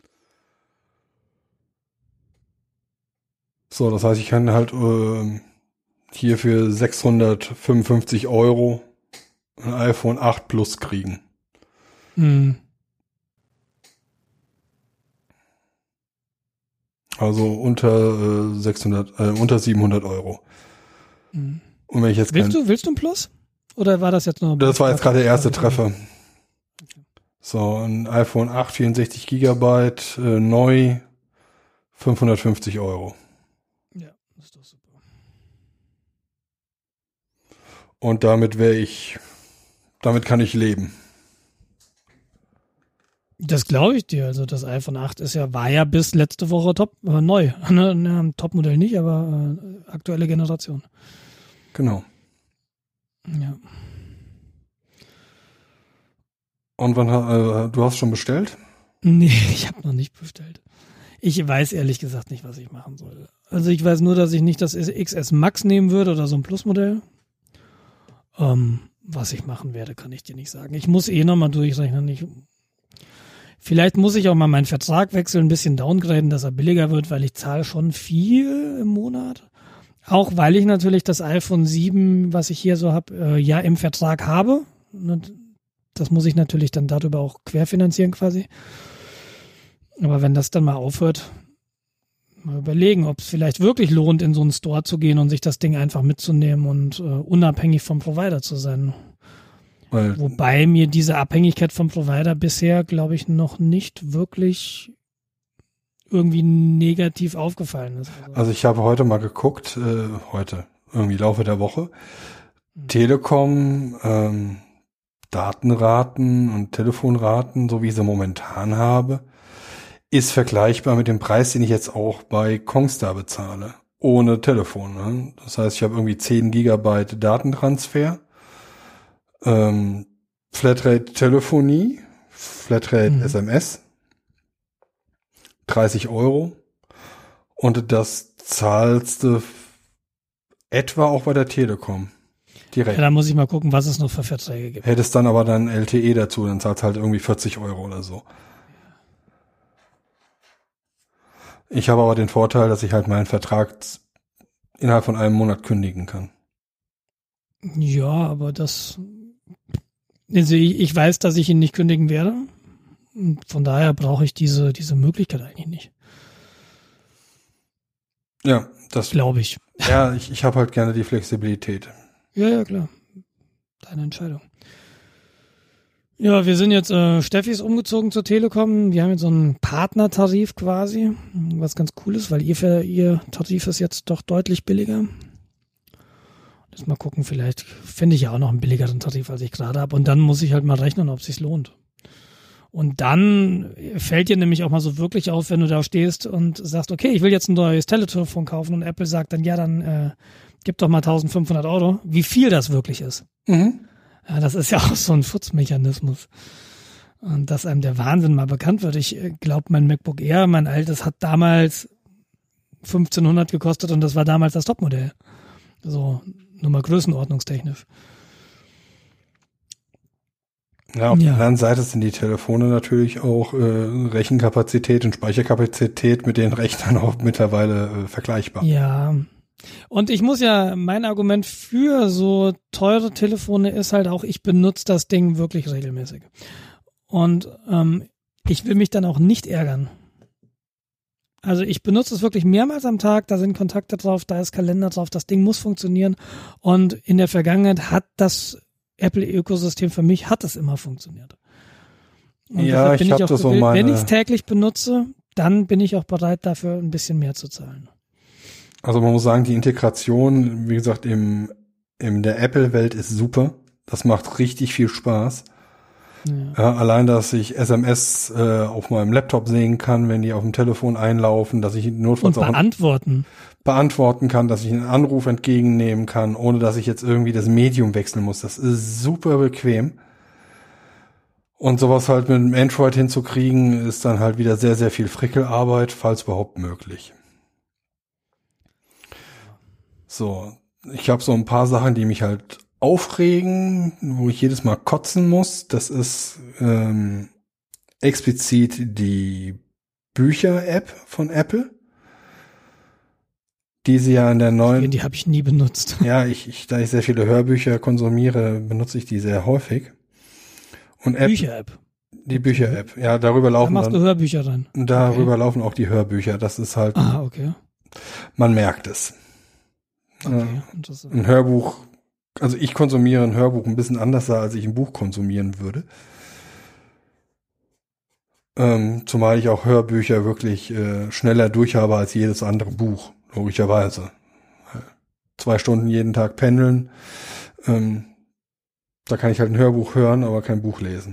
So, das heißt, ich kann halt hier für 655 € ein iPhone 8 Plus kriegen. Also unter 700 €. Und wenn ich jetzt willst du ein Plus? Oder war das jetzt nur? Das war jetzt gerade der erste Treffer. Okay. So, ein iPhone 8, 64 Gigabyte, neu, 550 €. Ja, das ist doch super. Und damit kann ich leben. Das glaube ich dir. Also das iPhone 8 war ja bis letzte Woche neu. Ne, Topmodell nicht, aber aktuelle Generation. Genau. Ja. Und du hast schon bestellt? Nee, ich habe noch nicht bestellt. Ich weiß ehrlich gesagt nicht, was ich machen soll. Also ich weiß nur, dass ich nicht das XS Max nehmen würde oder so ein Plusmodell. Was ich machen werde, kann ich dir nicht sagen. Ich muss nochmal durchrechnen. Vielleicht muss ich auch mal meinen Vertrag wechseln, ein bisschen downgraden, dass er billiger wird, weil ich zahle schon viel im Monat. Auch weil ich natürlich das iPhone 7, was ich hier so habe, ja im Vertrag habe. Das muss ich natürlich dann darüber auch querfinanzieren quasi. Aber wenn das dann mal aufhört, mal überlegen, ob es vielleicht wirklich lohnt, in so einen Store zu gehen und sich das Ding einfach mitzunehmen und unabhängig vom Provider zu sein. Wobei mir diese Abhängigkeit vom Provider bisher, glaube ich, noch nicht wirklich irgendwie negativ aufgefallen ist. Also ich habe heute mal geguckt, irgendwie Laufe der Woche, Telekom, Datenraten und Telefonraten, so wie ich sie momentan habe, ist vergleichbar mit dem Preis, den ich jetzt auch bei Kongstar bezahle, ohne Telefon. Ne? Das heißt, ich habe irgendwie 10 Gigabyte Datentransfer, Flatrate Telefonie, Flatrate SMS, 30 € und das zahlst du etwa auch bei der Telekom. Direkt. Ja, da muss ich mal gucken, was es noch für Verträge gibt. Hättest dann aber dann LTE dazu, dann zahlst halt irgendwie 40 € oder so. Ich habe aber den Vorteil, dass ich halt meinen Vertrag innerhalb von einem Monat kündigen kann. Ja, aber also ich weiß, dass ich ihn nicht kündigen werde. Und von daher brauche ich diese Möglichkeit eigentlich nicht. Ja, das glaube ich. Ja, ich habe halt gerne die Flexibilität. Ja, klar. Deine Entscheidung. Ja, wir sind jetzt, Steffi ist umgezogen zur Telekom. Wir haben jetzt so einen Partnertarif quasi, was ganz cool ist, weil ihr Tarif ist jetzt doch deutlich billiger. Jetzt mal gucken, vielleicht finde ich ja auch noch einen billigeren Tarif, als ich gerade habe. Und dann muss ich halt mal rechnen, ob es sich lohnt. Und dann fällt dir nämlich auch mal so wirklich auf, wenn du da stehst und sagst, okay, ich will jetzt ein neues Telefon kaufen und Apple sagt dann, ja, dann gib doch mal 1.500 €, wie viel das wirklich ist. Mhm. Ja, das ist ja auch so ein Schutzmechanismus. Und dass einem der Wahnsinn mal bekannt wird. Ich glaube, mein MacBook Air, mein altes, hat damals 1.500 gekostet und das war damals das Topmodell. So, nur mal größenordnungstechnisch. Ja, auf der anderen Seite sind die Telefone natürlich auch Rechenkapazität und Speicherkapazität mit den Rechnern auch mittlerweile vergleichbar. Ja. Und ich muss ja, mein Argument für so teure Telefone ist halt auch, ich benutze das Ding wirklich regelmäßig. Und ich will mich dann auch nicht ärgern. Also ich benutze es wirklich mehrmals am Tag, da sind Kontakte drauf, da ist Kalender drauf, das Ding muss funktionieren. Und in der Vergangenheit hat das Apple-Ökosystem für mich, hat es immer funktioniert. Und ja, ich habe das so meine... Wenn ich es täglich benutze, dann bin ich auch bereit, dafür ein bisschen mehr zu zahlen. Also man muss sagen, die Integration, wie gesagt, in der Apple-Welt ist super. Das macht richtig viel Spaß. Ja, allein, dass ich SMS auf meinem Laptop sehen kann, wenn die auf dem Telefon einlaufen, dass ich notfalls und beantworten kann, dass ich einen Anruf entgegennehmen kann, ohne dass ich jetzt irgendwie das Medium wechseln muss. Das ist super bequem. Und sowas halt mit dem Android hinzukriegen, ist dann halt wieder sehr, sehr viel Frickelarbeit, falls überhaupt möglich. So, ich habe so ein paar Sachen, die mich halt aufregen, wo ich jedes Mal kotzen muss. Das ist explizit die Bücher-App von Apple, die sie ja in der neuen... Die habe ich nie benutzt. Ja, da ich sehr viele Hörbücher konsumiere, benutze ich die sehr häufig. Und Bücher-App? Die Bücher-App, ja, darüber laufen... Da machst du Hörbücher dann? Darüber laufen auch die Hörbücher, das ist halt... Ah, okay. Man merkt es. Okay, ein Hörbuch... Also ich konsumiere ein Hörbuch ein bisschen anders, als ich ein Buch konsumieren würde. Zumal ich auch Hörbücher wirklich schneller durch habe als jedes andere Buch, logischerweise. 2 Stunden jeden Tag pendeln. Da kann ich halt ein Hörbuch hören, aber kein Buch lesen.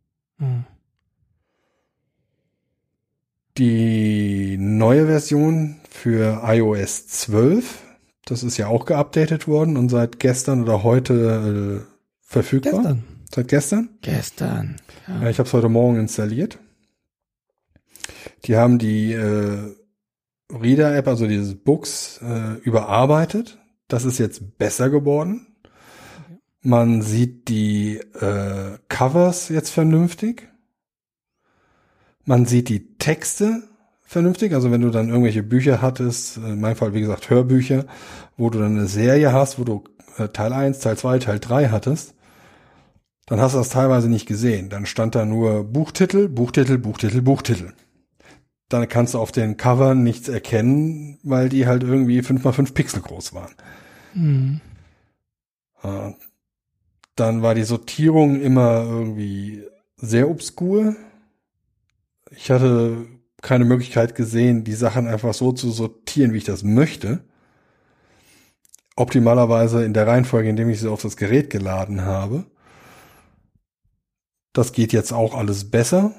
Die neue Version für iOS 12, das ist ja auch geupdatet worden und seit gestern oder heute verfügbar. Gestern. Seit gestern? Gestern. Ja, ich habe es heute Morgen installiert. Die haben die Reader-App, also dieses Books, überarbeitet. Das ist jetzt besser geworden. Okay. Man sieht die Covers jetzt vernünftig. Man sieht die Texte vernünftig, also wenn du dann irgendwelche Bücher hattest, in meinem Fall wie gesagt Hörbücher, wo du dann eine Serie hast, wo du Teil 1, Teil 2, Teil 3 hattest, dann hast du das teilweise nicht gesehen. Dann stand da nur Buchtitel, Buchtitel, Buchtitel, Buchtitel. Dann kannst du auf den Covern nichts erkennen, weil die halt irgendwie 5x5 Pixel groß waren. Mhm. Dann war die Sortierung immer irgendwie sehr obskur. Ich hatte keine Möglichkeit gesehen, die Sachen einfach so zu sortieren, wie ich das möchte. Optimalerweise in der Reihenfolge, indem ich sie auf das Gerät geladen habe. Das geht jetzt auch alles besser.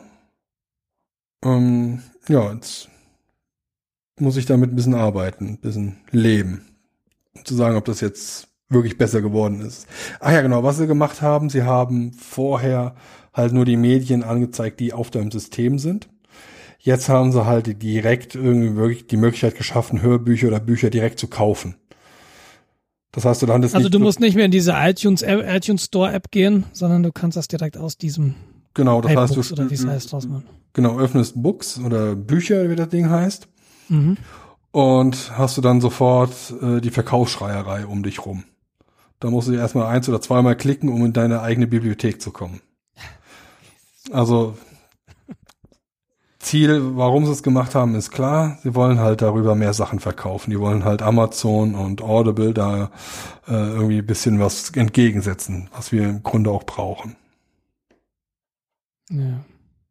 Ja, jetzt muss ich damit ein bisschen arbeiten, ein bisschen leben. Um zu sagen, ob das jetzt wirklich besser geworden ist. Ach ja, genau, was sie gemacht haben, sie haben vorher halt nur die Medien angezeigt, die auf deinem System sind. Jetzt haben sie halt direkt irgendwie wirklich die Möglichkeit geschaffen, Hörbücher oder Bücher direkt zu kaufen. Das heißt, du landest also du musst nicht mehr in diese iTunes Store App gehen, sondern du kannst das direkt aus diesem genau, das heißt, iBooks oder wie es heißt draus machen. Genau, öffnest Books oder Bücher, wie das Ding heißt. Mhm. Und hast du dann sofort die Verkaufsschreierei um dich rum. Da musst du erstmal 1- oder 2-mal klicken, um in deine eigene Bibliothek zu kommen. Also Ziel, warum sie es gemacht haben, ist klar. Sie wollen halt darüber mehr Sachen verkaufen. Die wollen halt Amazon und Audible da irgendwie ein bisschen was entgegensetzen, was wir im Grunde auch brauchen. Ja.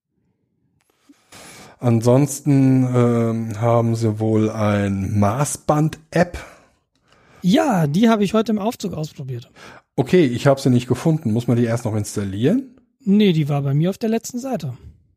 Ansonsten haben sie wohl ein Maßband-App. Ja, die habe ich heute im Aufzug ausprobiert. Okay, ich habe sie nicht gefunden. Muss man die erst noch installieren? Nee, die war bei mir auf der letzten Seite.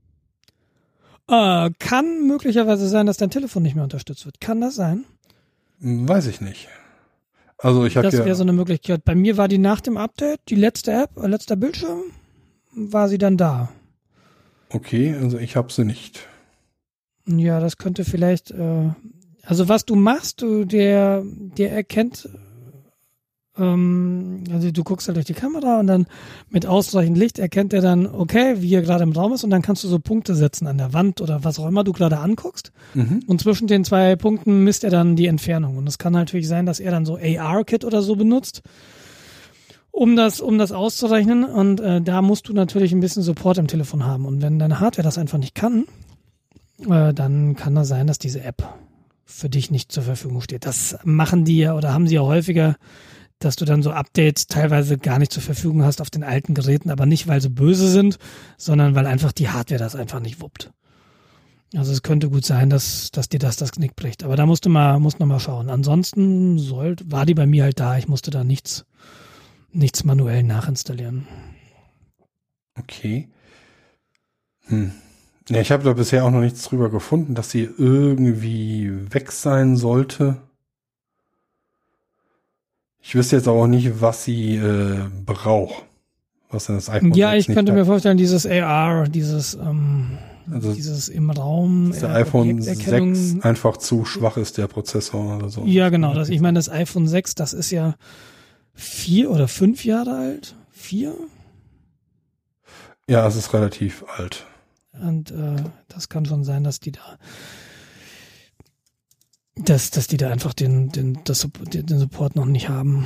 Kann möglicherweise sein, dass dein Telefon nicht mehr unterstützt wird. Kann das sein? Weiß ich nicht. Also ich habe Das wäre so eine Möglichkeit. Bei mir war die nach dem Update, die letzte App, letzter Bildschirm, war sie dann da. Okay, also ich habe sie nicht. Ja, das könnte vielleicht, also was du machst, der erkennt, also Also du guckst halt durch die Kamera und dann mit ausreichend Licht erkennt er dann, okay, wie er gerade im Raum ist und dann kannst du so Punkte setzen an der Wand oder was auch immer du gerade anguckst. Und zwischen den 2 Punkten misst er dann die Entfernung. Und es kann natürlich sein, dass er dann so AR-Kit oder so benutzt, um das auszurechnen. Und da musst du natürlich ein bisschen Support im Telefon haben. Und wenn deine Hardware das einfach nicht kann, dann kann das sein, dass diese App für dich nicht zur Verfügung steht. Das machen die ja oder haben sie ja häufiger, dass du dann so Updates teilweise gar nicht zur Verfügung hast auf den alten Geräten, aber nicht, weil sie böse sind, sondern weil einfach die Hardware das einfach nicht wuppt. Also es könnte gut sein, dass dir das Knick bricht. Aber da musst du noch mal schauen. Ansonsten war die bei mir halt da. Ich musste da nichts manuell nachinstallieren. Okay. Ja, ich habe da bisher auch noch nichts drüber gefunden, dass sie irgendwie weg sein sollte. Ich wüsste jetzt aber auch nicht, was sie braucht. Was denn das iPhone Ja, ich nicht könnte hat. mir vorstellen, dieses AR, dieses im Raum. Dass der iPhone 6 einfach zu schwach ist, der Prozessor oder so. Ja, genau. Ich meine, das iPhone 6, das ist ja 4 oder 5 Jahre alt. 4? Ja, es ist relativ alt. Und das kann schon sein, dass die da einfach den Support noch nicht haben.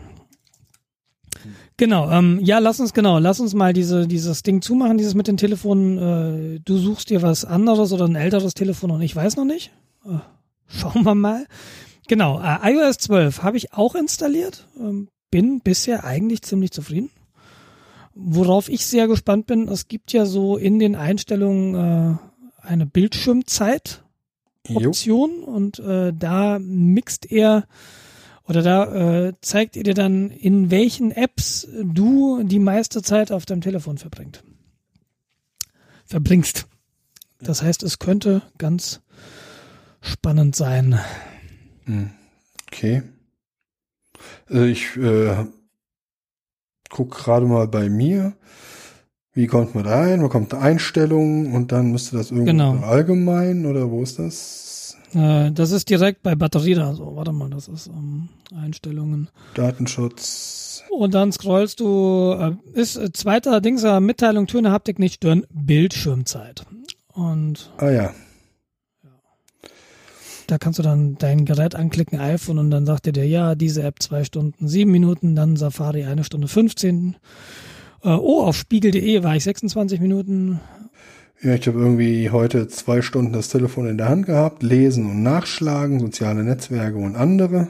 Genau, ja, lass uns mal dieses Ding zumachen, dieses mit den Telefonen. Du suchst dir was anderes oder ein älteres Telefon und ich weiß noch nicht. Schauen wir mal. Genau, iOS 12 habe ich auch installiert. Bin bisher eigentlich ziemlich zufrieden. Worauf ich sehr gespannt bin, es gibt ja so in den Einstellungen eine Bildschirmzeit-Option und da mixt er oder da zeigt er dir dann, in welchen Apps du die meiste Zeit auf deinem Telefon verbringst. Das heißt, es könnte ganz spannend sein. Okay. Ich guck gerade mal bei mir. Wie kommt man rein? Man kommt Einstellungen und dann müsste das irgendwo allgemein oder wo ist das? Das ist direkt bei Batterie da. So, warte mal, das ist Einstellungen. Datenschutz. Und dann scrollst du, ist zweiter Dings, Mitteilung, Töne, Haptik nicht stören, Bildschirmzeit. Und ja. Da kannst du dann dein Gerät anklicken, iPhone, und dann sagt er dir, ja, diese App 2 Stunden 7 Minuten, dann Safari 1 Stunde 15. Auf spiegel.de war ich 26 Minuten. Ja, ich habe irgendwie heute 2 Stunden das Telefon in der Hand gehabt, lesen und nachschlagen, soziale Netzwerke und andere.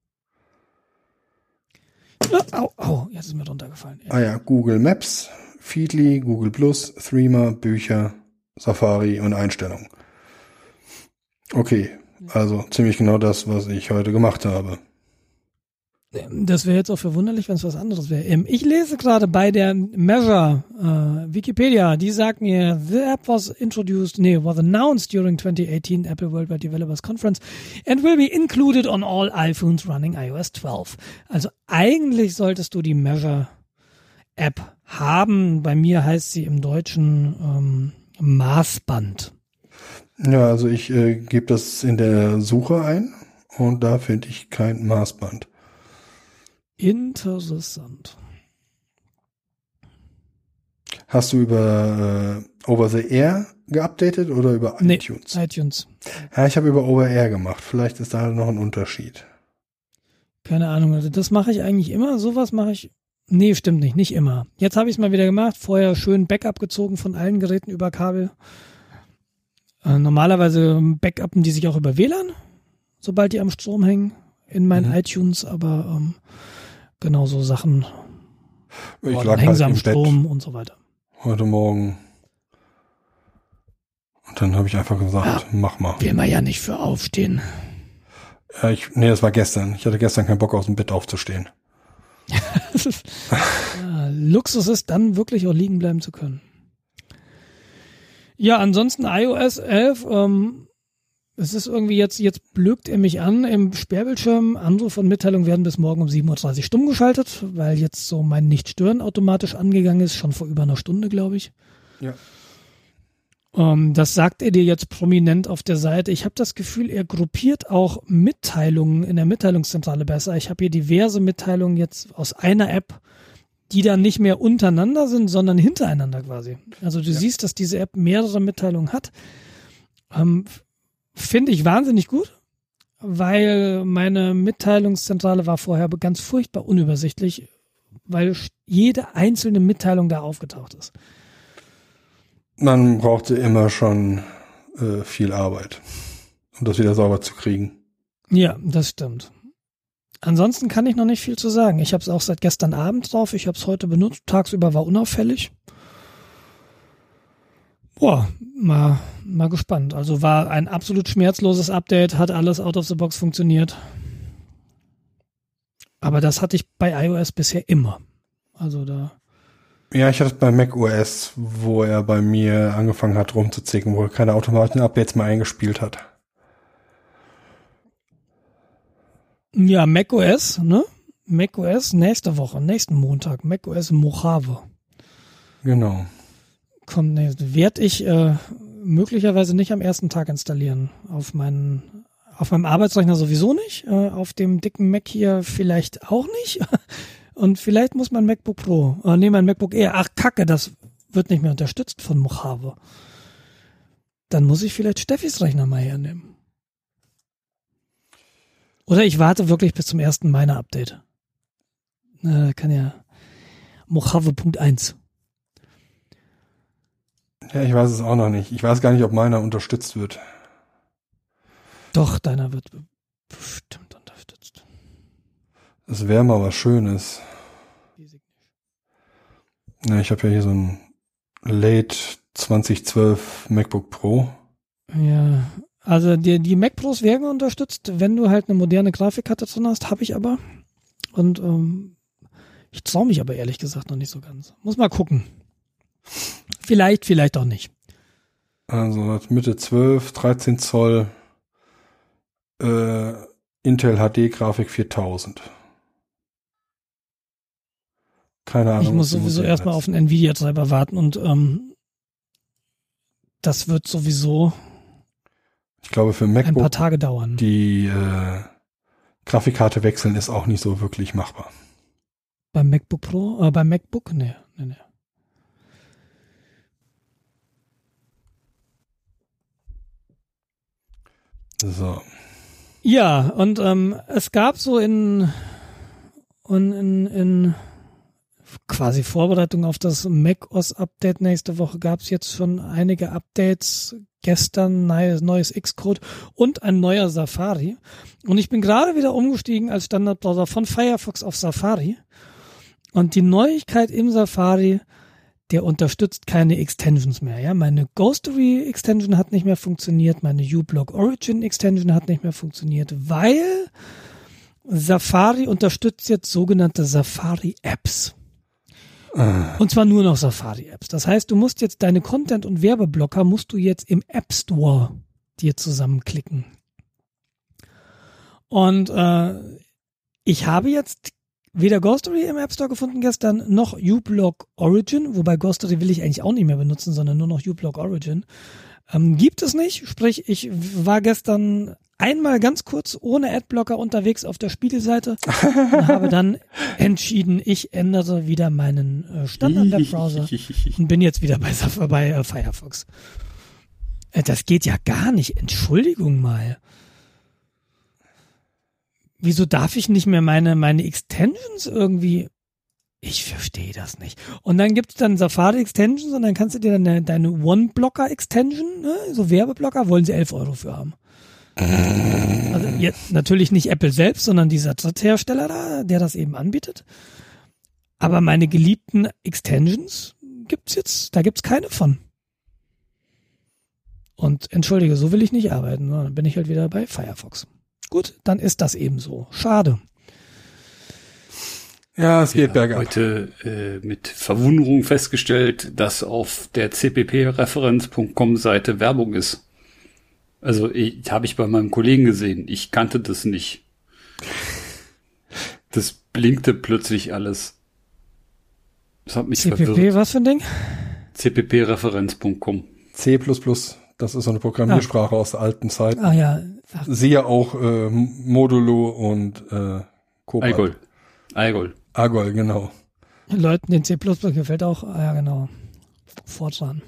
Jetzt ist mir runtergefallen. Ja, Google Maps, Feedly, Google Plus, Threema, Bücher, Safari und Einstellungen. Okay. Also ziemlich genau das, was ich heute gemacht habe. Das wäre jetzt auch verwunderlich, wenn es was anderes wäre. Ich lese gerade bei der Measure Wikipedia, die sagt mir, the app was announced during 2018 Apple Worldwide Developers Conference and will be included on all iPhones running iOS 12. Also eigentlich solltest du die Measure App haben. Bei mir heißt sie im Deutschen Maßband. Ja, also ich gebe das in der Suche ein und da finde ich kein Maßband. Interessant. Hast du über Over the Air geupdatet oder über iTunes? Nee, iTunes. Ja, ich habe über Over Air gemacht. Vielleicht ist da noch ein Unterschied. Keine Ahnung. Also das mache ich eigentlich immer. Sowas mache ich. Nee, stimmt nicht immer. Jetzt habe ich es mal wieder gemacht. Vorher schön Backup gezogen von allen Geräten über Kabel. Normalerweise backuppen die sich auch über WLAN, sobald die am Strom hängen, in meinen iTunes, aber genau so Sachen hängen sie am Strom und so weiter. Heute Morgen. Und dann habe ich einfach gesagt, mach mal. Will man ja nicht für aufstehen. Ja, das war gestern. Ich hatte gestern keinen Bock, aus dem Bett aufzustehen. Luxus ist dann wirklich auch liegen bleiben zu können. Ja, ansonsten iOS 11, es ist irgendwie jetzt blökt er mich an im Sperrbildschirm. Anrufe und Mitteilungen werden bis morgen um 7.30 Uhr stumm geschaltet, weil jetzt so mein Nicht-Stören automatisch angegangen ist, schon vor über einer Stunde, glaube ich. Ja. Das sagt er dir jetzt prominent auf der Seite. Ich habe das Gefühl, er gruppiert auch Mitteilungen in der Mitteilungszentrale besser. Ich habe hier diverse Mitteilungen jetzt aus einer App, die dann nicht mehr untereinander sind, sondern hintereinander quasi. Also du siehst, dass diese App mehrere Mitteilungen hat. Finde ich wahnsinnig gut, weil meine Mitteilungszentrale war vorher ganz furchtbar unübersichtlich, weil jede einzelne Mitteilung da aufgetaucht ist. Man brauchte immer schon viel Arbeit, um das wieder sauber zu kriegen. Ja, das stimmt. Ansonsten kann ich noch nicht viel zu sagen. Ich habe es auch seit gestern Abend drauf. Ich habe es heute benutzt. Tagsüber war unauffällig. Boah, mal gespannt. Also war ein absolut schmerzloses Update, hat alles out of the box funktioniert. Aber das hatte ich bei iOS bisher immer. Also da. Ja, ich hatte es bei macOS, wo er bei mir angefangen hat rumzuzicken, wo er keine automatischen Updates mehr eingespielt hat. Ja, macOS, ne? macOS nächste Woche, nächsten Montag. macOS Mojave. Genau. Kommt werde ich möglicherweise nicht am ersten Tag installieren. Auf meinem Arbeitsrechner sowieso nicht. Auf dem dicken Mac hier vielleicht auch nicht. Und vielleicht muss mein MacBook Pro, mein MacBook Air, ach Kacke, das wird nicht mehr unterstützt von Mojave. Dann muss ich vielleicht Steffis Rechner mal hernehmen. Oder ich warte wirklich bis zum ersten Miner-Update. Kann ja Mojave.1. Ja, ich weiß es auch noch nicht. Ich weiß gar nicht, ob meiner unterstützt wird. Doch, deiner wird bestimmt unterstützt. Das wäre mal was Schönes. Ja, ich habe ja hier so ein Late 2012 MacBook Pro. Ja, also die Mac Pros werden unterstützt, wenn du halt eine moderne Grafikkarte drin hast, habe ich aber. Und ich traue mich aber ehrlich gesagt noch nicht so ganz. Muss mal gucken. Vielleicht auch nicht. Also Mitte 12, 13 Zoll Intel HD Grafik 4000. Keine Ahnung. Ich muss sowieso erstmal auf den Nvidia-Treiber warten und das wird sowieso ich glaube für MacBook ein paar Tage dauern. Die Grafikkarte wechseln ist auch nicht so wirklich machbar. Beim MacBook Pro? Beim MacBook? Nee. So. Ja, und es gab so in quasi Vorbereitung auf das macOS-Update nächste Woche gab es jetzt schon einige Updates. Gestern neues Xcode und ein neuer Safari. Und ich bin gerade wieder umgestiegen als Standardbrowser von Firefox auf Safari. Und die Neuigkeit im Safari, der unterstützt keine Extensions mehr. Ja, meine Ghostery Extension hat nicht mehr funktioniert, meine uBlock Origin Extension hat nicht mehr funktioniert, weil Safari unterstützt jetzt sogenannte Safari Apps. Und zwar nur noch Safari-Apps. Das heißt, du musst jetzt deine Content- und Werbeblocker musst du jetzt im App Store dir zusammenklicken. Und ich habe jetzt weder Ghostery im App Store gefunden gestern, noch uBlock Origin, wobei Ghostery will ich eigentlich auch nicht mehr benutzen, sondern nur noch uBlock Origin. Gibt es nicht, sprich, ich war gestern einmal ganz kurz ohne Adblocker unterwegs auf der Spiegelseite und habe dann entschieden, ich ändere wieder meinen Standard-Webbrowser und bin jetzt wieder bei Firefox. Das geht ja gar nicht. Entschuldigung mal. Wieso darf ich nicht mehr meine Extensions irgendwie? Ich verstehe das nicht. Und dann gibt's dann Safari-Extensions und dann kannst du dir dann deine One-Blocker-Extension, ne, so Werbeblocker, wollen sie 11 Euro für haben. Also jetzt natürlich nicht Apple selbst, sondern dieser Dritthersteller da, der das eben anbietet. Aber meine geliebten Extensions da gibt's keine von. Und entschuldige, so will ich nicht arbeiten. Dann bin ich halt wieder bei Firefox. Gut, dann ist das eben so. Schade. Ja, es geht bergab. Heute mit Verwunderung festgestellt, dass auf der cpp-referenz.com Seite Werbung ist. Also habe ich bei meinem Kollegen gesehen. Ich kannte das nicht. Das blinkte plötzlich alles. Das hat mich CPP, verwirrt. was für ein Ding? cpp-referenz.com. C++, das ist so eine Programmiersprache aus der alten Zeit. Ah ja. Ach, Siehe auch Modulo und Cobalt. Algol, genau. Leuten, den C++ gefällt auch, ja genau, Fortran.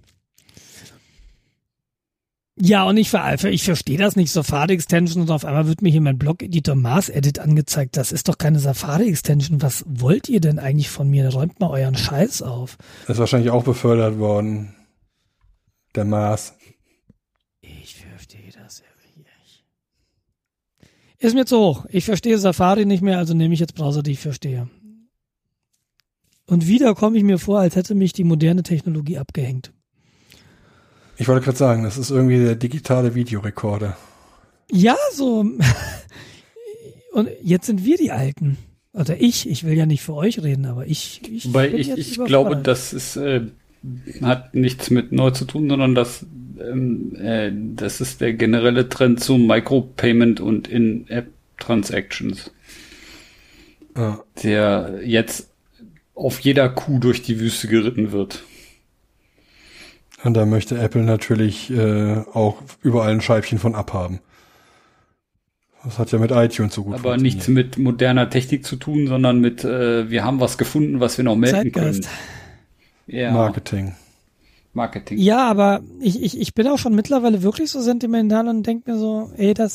Ja, und ich verstehe das nicht, Safari-Extension, und auf einmal wird mir hier mein Blog-Editor Mars-Edit angezeigt. Das ist doch keine Safari-Extension. Was wollt ihr denn eigentlich von mir? Räumt mal euren Scheiß auf. Das ist wahrscheinlich auch befördert worden. Der Mars. Ich verstehe das wirklich nicht. Ist mir zu hoch. Ich verstehe Safari nicht mehr, also nehme ich jetzt Browser, die ich verstehe. Und wieder komme ich mir vor, als hätte mich die moderne Technologie abgehängt. Ich wollte gerade sagen, das ist irgendwie der digitale Videorekorder. Ja, so. Und jetzt sind wir die Alten. Oder ich will ja nicht für euch reden, aber ich Wobei ich glaube, das ist, hat nichts mit neu zu tun, sondern das ist der generelle Trend zu Micropayment und In-App-Transactions. Ja. Der jetzt auf jeder Kuh durch die Wüste geritten wird. Und da möchte Apple natürlich auch überall ein Scheibchen von abhaben. Das hat ja mit iTunes so gut Aber nichts mit moderner Technik zu tun, sondern mit, wir haben was gefunden, was wir noch melden können. Ja. Marketing. Ja, aber ich bin auch schon mittlerweile wirklich so sentimental und denke mir so,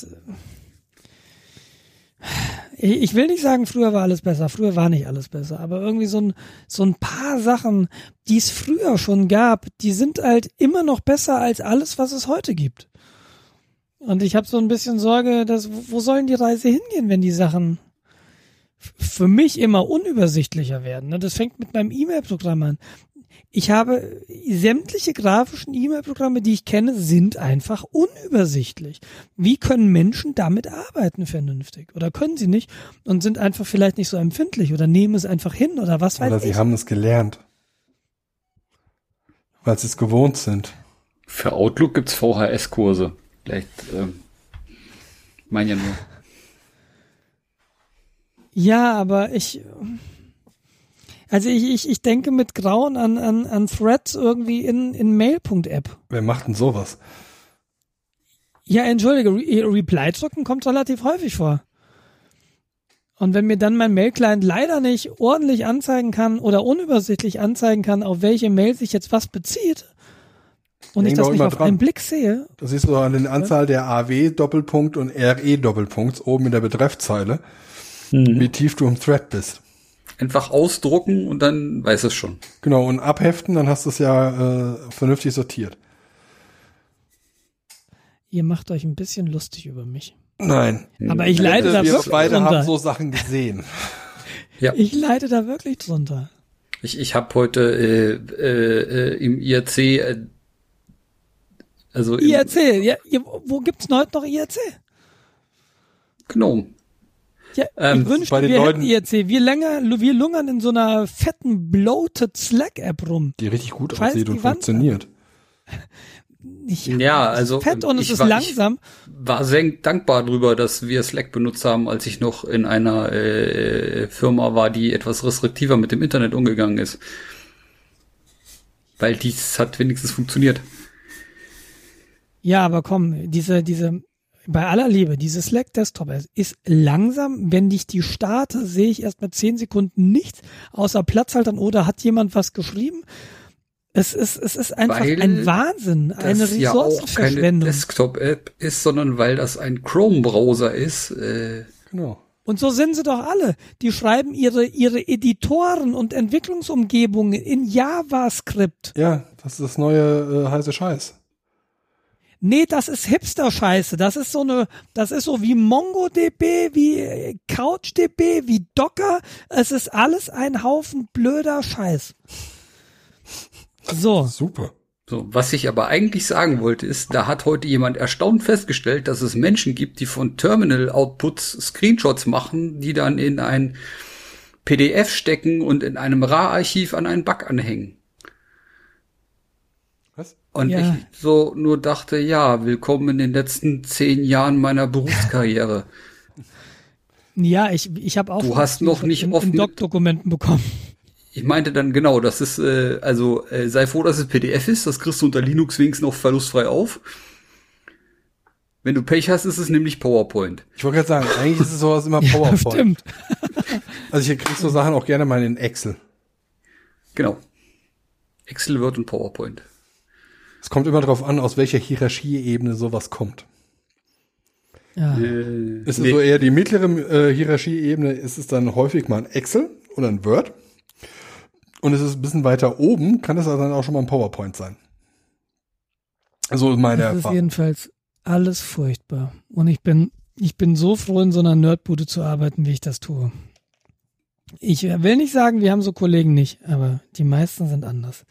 ich will nicht sagen, früher war alles besser, früher war nicht alles besser, aber irgendwie so ein paar Sachen, die es früher schon gab, die sind halt immer noch besser als alles, was es heute gibt. Und ich habe so ein bisschen Sorge, wo sollen die Reise hingehen, wenn die Sachen für mich immer unübersichtlicher werden. Das fängt mit meinem E-Mail-Programm an. Ich habe sämtliche grafischen E-Mail-Programme, die ich kenne, sind einfach unübersichtlich. Wie können Menschen damit arbeiten vernünftig? Oder können sie nicht und sind einfach vielleicht nicht so empfindlich oder nehmen es einfach hin oder was weiß ich. Oder sie haben es gelernt. Weil sie es gewohnt sind. Für Outlook gibt's VHS-Kurse. Vielleicht, meine ja nur. Ja, aber ich denke mit Grauen an Threads irgendwie in Mail.app. Wer macht denn sowas? Ja, entschuldige, Reply drücken kommt relativ häufig vor. Und wenn mir dann mein Mail-Client leider nicht ordentlich anzeigen kann oder unübersichtlich anzeigen kann, auf welche Mail sich jetzt was bezieht, und ich das nicht auf einen Blick sehe. Das siehst du an der Anzahl der AW-Doppelpunkt und RE-Doppelpunkts oben in der Betreffzeile, wie tief du im Thread bist. Einfach ausdrucken und dann weiß es schon. Genau, und abheften, dann hast du es ja vernünftig sortiert. Ihr macht euch ein bisschen lustig über mich. Nein. Aber ich leide da wirklich drunter. Wir beide drunter. haben so Sachen gesehen. Ja. Ich leide da wirklich drunter. Ich habe heute im IRC IRC, ja, wo gibt's denn heute noch IRC? Genau. Ja, ich wünschte, wir hätten IRC. Wir lungern in so einer fetten, bloated Slack-App rum. Die richtig gut aussieht und funktioniert. Fett und es ist langsam. War sehr dankbar drüber, dass wir Slack benutzt haben, als ich noch in einer Firma war, die etwas restriktiver mit dem Internet umgegangen ist. Weil dies hat wenigstens funktioniert. Ja, aber komm, diese, bei aller Liebe, diese Slack-Desktop ist langsam. Wenn ich die starte, sehe ich erst mit 10 Sekunden nichts, außer Platzhaltern oder hat jemand was geschrieben. Es ist einfach ein Wahnsinn, eine Ressourcenverschwendung. Ja auch keine Desktop-App ist, sondern weil das ein Chrome-Browser ist. Genau. Und so sind sie doch alle. Die schreiben ihre Editoren und Entwicklungsumgebungen in JavaScript. Ja, das ist das neue heiße Scheiß. Nee, das ist Hipster-Scheiße. Das ist so wie MongoDB, wie CouchDB, wie Docker. Es ist alles ein Haufen blöder Scheiß. So. Super. So, was ich aber eigentlich sagen wollte, ist, da hat heute jemand erstaunt festgestellt, dass es Menschen gibt, die von Terminal-Outputs Screenshots machen, die dann in ein PDF stecken und in einem RAR-Archiv an einen Bug anhängen. Was? Und ich so nur dachte, ja, willkommen in den letzten 10 Jahren meiner Berufskarriere. Ja, ich habe auch. Du hast noch nicht in oft Doc-Dokumenten bekommen. Ich meinte dann genau, das ist, sei froh, dass es PDF ist, das kriegst du unter Linux wenigstens noch verlustfrei auf. Wenn du Pech hast, ist es nämlich PowerPoint. Ich wollte gerade sagen, eigentlich ist es sowas immer PowerPoint. Ja, stimmt. Also ich krieg so Sachen auch gerne mal in Excel. Genau. Excel, Word und PowerPoint. Es kommt immer darauf an, aus welcher Hierarchieebene sowas kommt. Ja. Ist es so eher die mittlere Hierarchieebene, ist es dann häufig mal ein Excel oder ein Word. Und ist es ein bisschen weiter oben, kann es dann auch schon mal ein PowerPoint sein. So ist meine Das ist Erfahrung. jedenfalls alles furchtbar. Und ich bin so froh, in so einer Nerdbude zu arbeiten, wie ich das tue. Ich will nicht sagen, wir haben so Kollegen nicht, aber die meisten sind anders.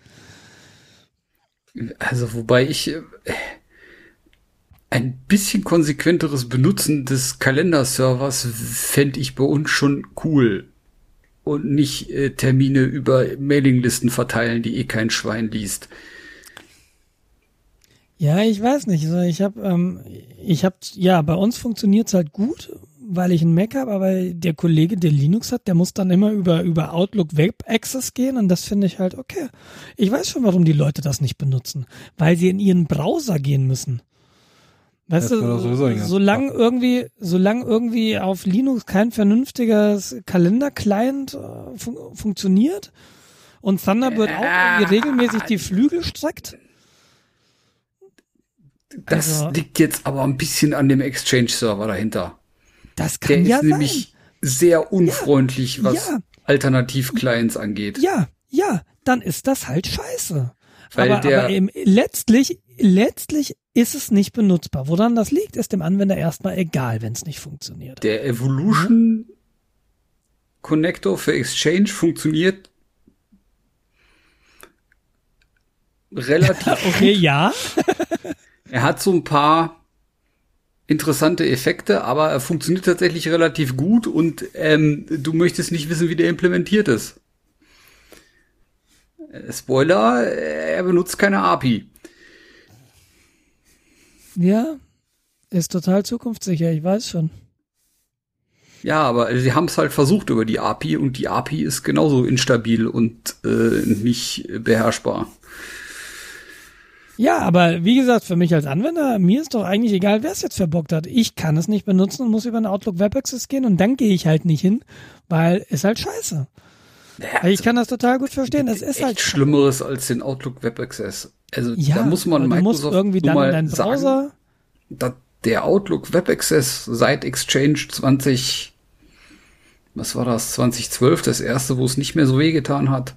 Also wobei ich ein bisschen konsequenteres Benutzen des Kalenderservers fände ich bei uns schon cool. Und nicht Termine über Mailinglisten verteilen, die kein Schwein liest. Ja, ich weiß nicht. Also bei uns funktioniert's halt gut, weil ich einen Mac habe, aber der Kollege, der Linux hat, der muss dann immer über Outlook Web Access gehen und das finde ich halt okay. Ich weiß schon, warum die Leute das nicht benutzen, weil sie in ihren Browser gehen müssen. Weißt du, solange irgendwie auf Linux kein vernünftiges Kalender-Client funktioniert und Thunderbird auch irgendwie regelmäßig die Flügel streckt. Das liegt jetzt aber ein bisschen an dem Exchange-Server dahinter. Das kann Der ja ist sein. nämlich sehr unfreundlich, was Alternativ-Clients angeht. Ja, dann ist das halt scheiße. Weil aber eben letztlich ist es nicht benutzbar. Woran das liegt, ist dem Anwender erstmal egal, wenn es nicht funktioniert. Der Evolution Connector für Exchange funktioniert relativ okay, gut. Ja. Er hat so ein paar interessante Effekte, aber er funktioniert tatsächlich relativ gut und du möchtest nicht wissen, wie der implementiert ist. Spoiler, er benutzt keine API. Ja, ist total zukunftssicher, ich weiß schon. Ja, aber sie haben es halt versucht über die API und die API ist genauso instabil und nicht beherrschbar. Ja, aber wie gesagt, für mich als Anwender, mir ist doch eigentlich egal, wer es jetzt verbockt hat. Ich kann es nicht benutzen und muss über einen Outlook Web Access gehen und dann gehe ich halt nicht hin, weil ist halt scheiße. Ja, ich kann das total gut verstehen. Das ist halt Schlimmeres als den Outlook Web Access. Also ja, da muss man Microsoft irgendwie dann in deinen Browser sagen, dass der Outlook Web Access seit Exchange 2012, das erste, wo es nicht mehr so wehgetan hat,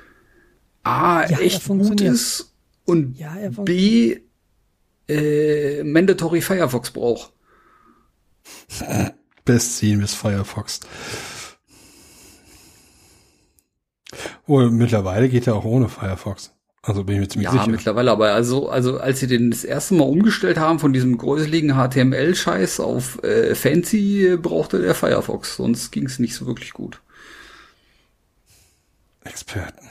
echt gut ist und B, Mandatory Firefox braucht. Best ziehen bis Firefox. Oh, mittlerweile geht er auch ohne Firefox. Also bin ich mir ziemlich sicher. Ja, mittlerweile, aber also als sie den das erste Mal umgestellt haben von diesem gräuseligen HTML-Scheiß auf Fancy, brauchte der Firefox, sonst ging es nicht so wirklich gut. Experten.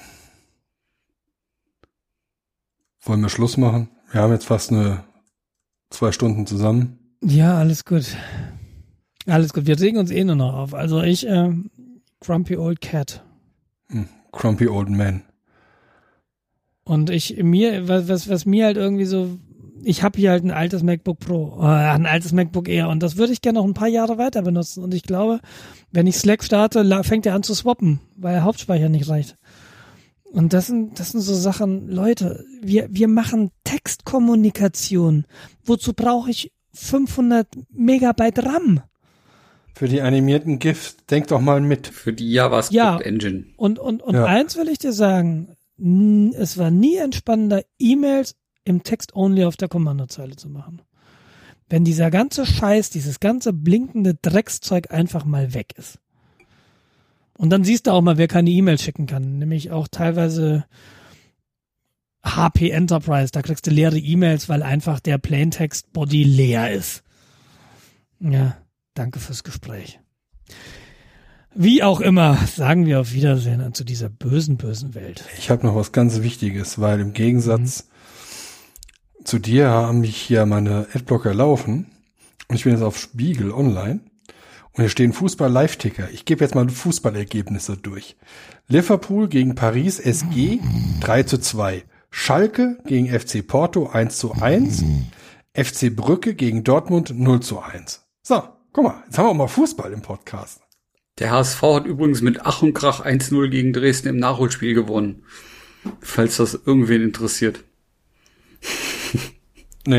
Wollen wir Schluss machen? Wir haben jetzt fast 2 Stunden zusammen. Ja, alles gut. Alles gut, wir regen uns nur noch auf. Also ich, Grumpy Old Cat. Grumpy Old Man. Und was mir halt irgendwie so, ich habe hier halt ein altes MacBook Pro, ein altes MacBook Air und das würde ich gerne noch ein paar Jahre weiter benutzen. Und ich glaube, wenn ich Slack starte, fängt er an zu swappen, weil der Hauptspeicher nicht reicht. Und das sind so Sachen, Leute, wir machen Textkommunikation. Wozu brauche ich 500 Megabyte RAM? Für die animierten GIFs, denk doch mal mit. Für die JavaScript-Engine. Und eins will ich dir sagen, es war nie entspannender, E-Mails im Text-Only auf der Kommandozeile zu machen. Wenn dieser ganze Scheiß, dieses ganze blinkende Dreckszeug einfach mal weg ist. Und dann siehst du auch mal, wer keine E-Mails schicken kann. Nämlich auch teilweise HP Enterprise. Da kriegst du leere E-Mails, weil einfach der Plaintext-Body leer ist. Ja, danke fürs Gespräch. Wie auch immer, sagen wir auf Wiedersehen zu dieser bösen, bösen Welt. Ich habe noch was ganz Wichtiges, weil im Gegensatz zu dir haben mich ja meine Adblocker laufen und ich bin jetzt auf Spiegel online Und hier stehen Fußball-Live-Ticker. Ich gebe jetzt mal Fußballergebnisse durch. Liverpool gegen Paris SG 3:2. Schalke gegen FC Porto 1:1. FC Brügge gegen Dortmund 0:1. So, guck mal, jetzt haben wir auch mal Fußball im Podcast. Der HSV hat übrigens mit Ach und Krach 1:0 gegen Dresden im Nachholspiel gewonnen. Falls das irgendwen interessiert. Nee.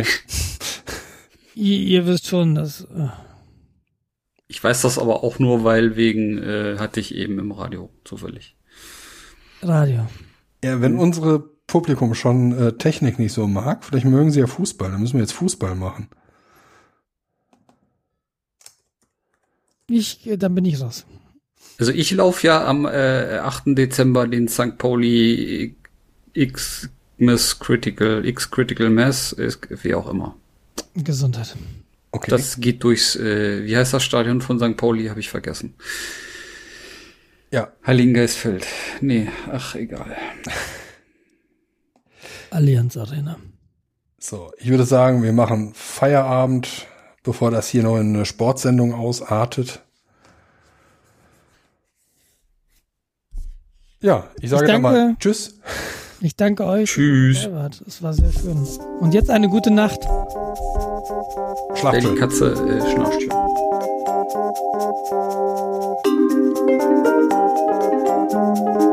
Ihr wisst schon, dass... Ich weiß das aber auch nur, weil wegen hatte ich eben im Radio zufällig. Radio. Ja, wenn unsere Publikum schon Technik nicht so mag, vielleicht mögen sie ja Fußball, dann müssen wir jetzt Fußball machen. Dann bin ich raus. Also ich laufe ja am 8. Dezember den St. Pauli X-Critical Mass, wie auch immer. Gesundheit. Okay. Das geht durchs, wie heißt das Stadion von St. Pauli, habe ich vergessen. Ja. Heiligengeistfeld. Nee, ach, egal. Allianz Arena. So, ich würde sagen, wir machen Feierabend, bevor das hier noch in eine Sportsendung ausartet. Ja, ich sage dann mal Tschüss. Ich danke euch. Tschüss. Es war sehr schön. Und jetzt eine gute Nacht. Schlaft schön. Die Katze schnarcht schon.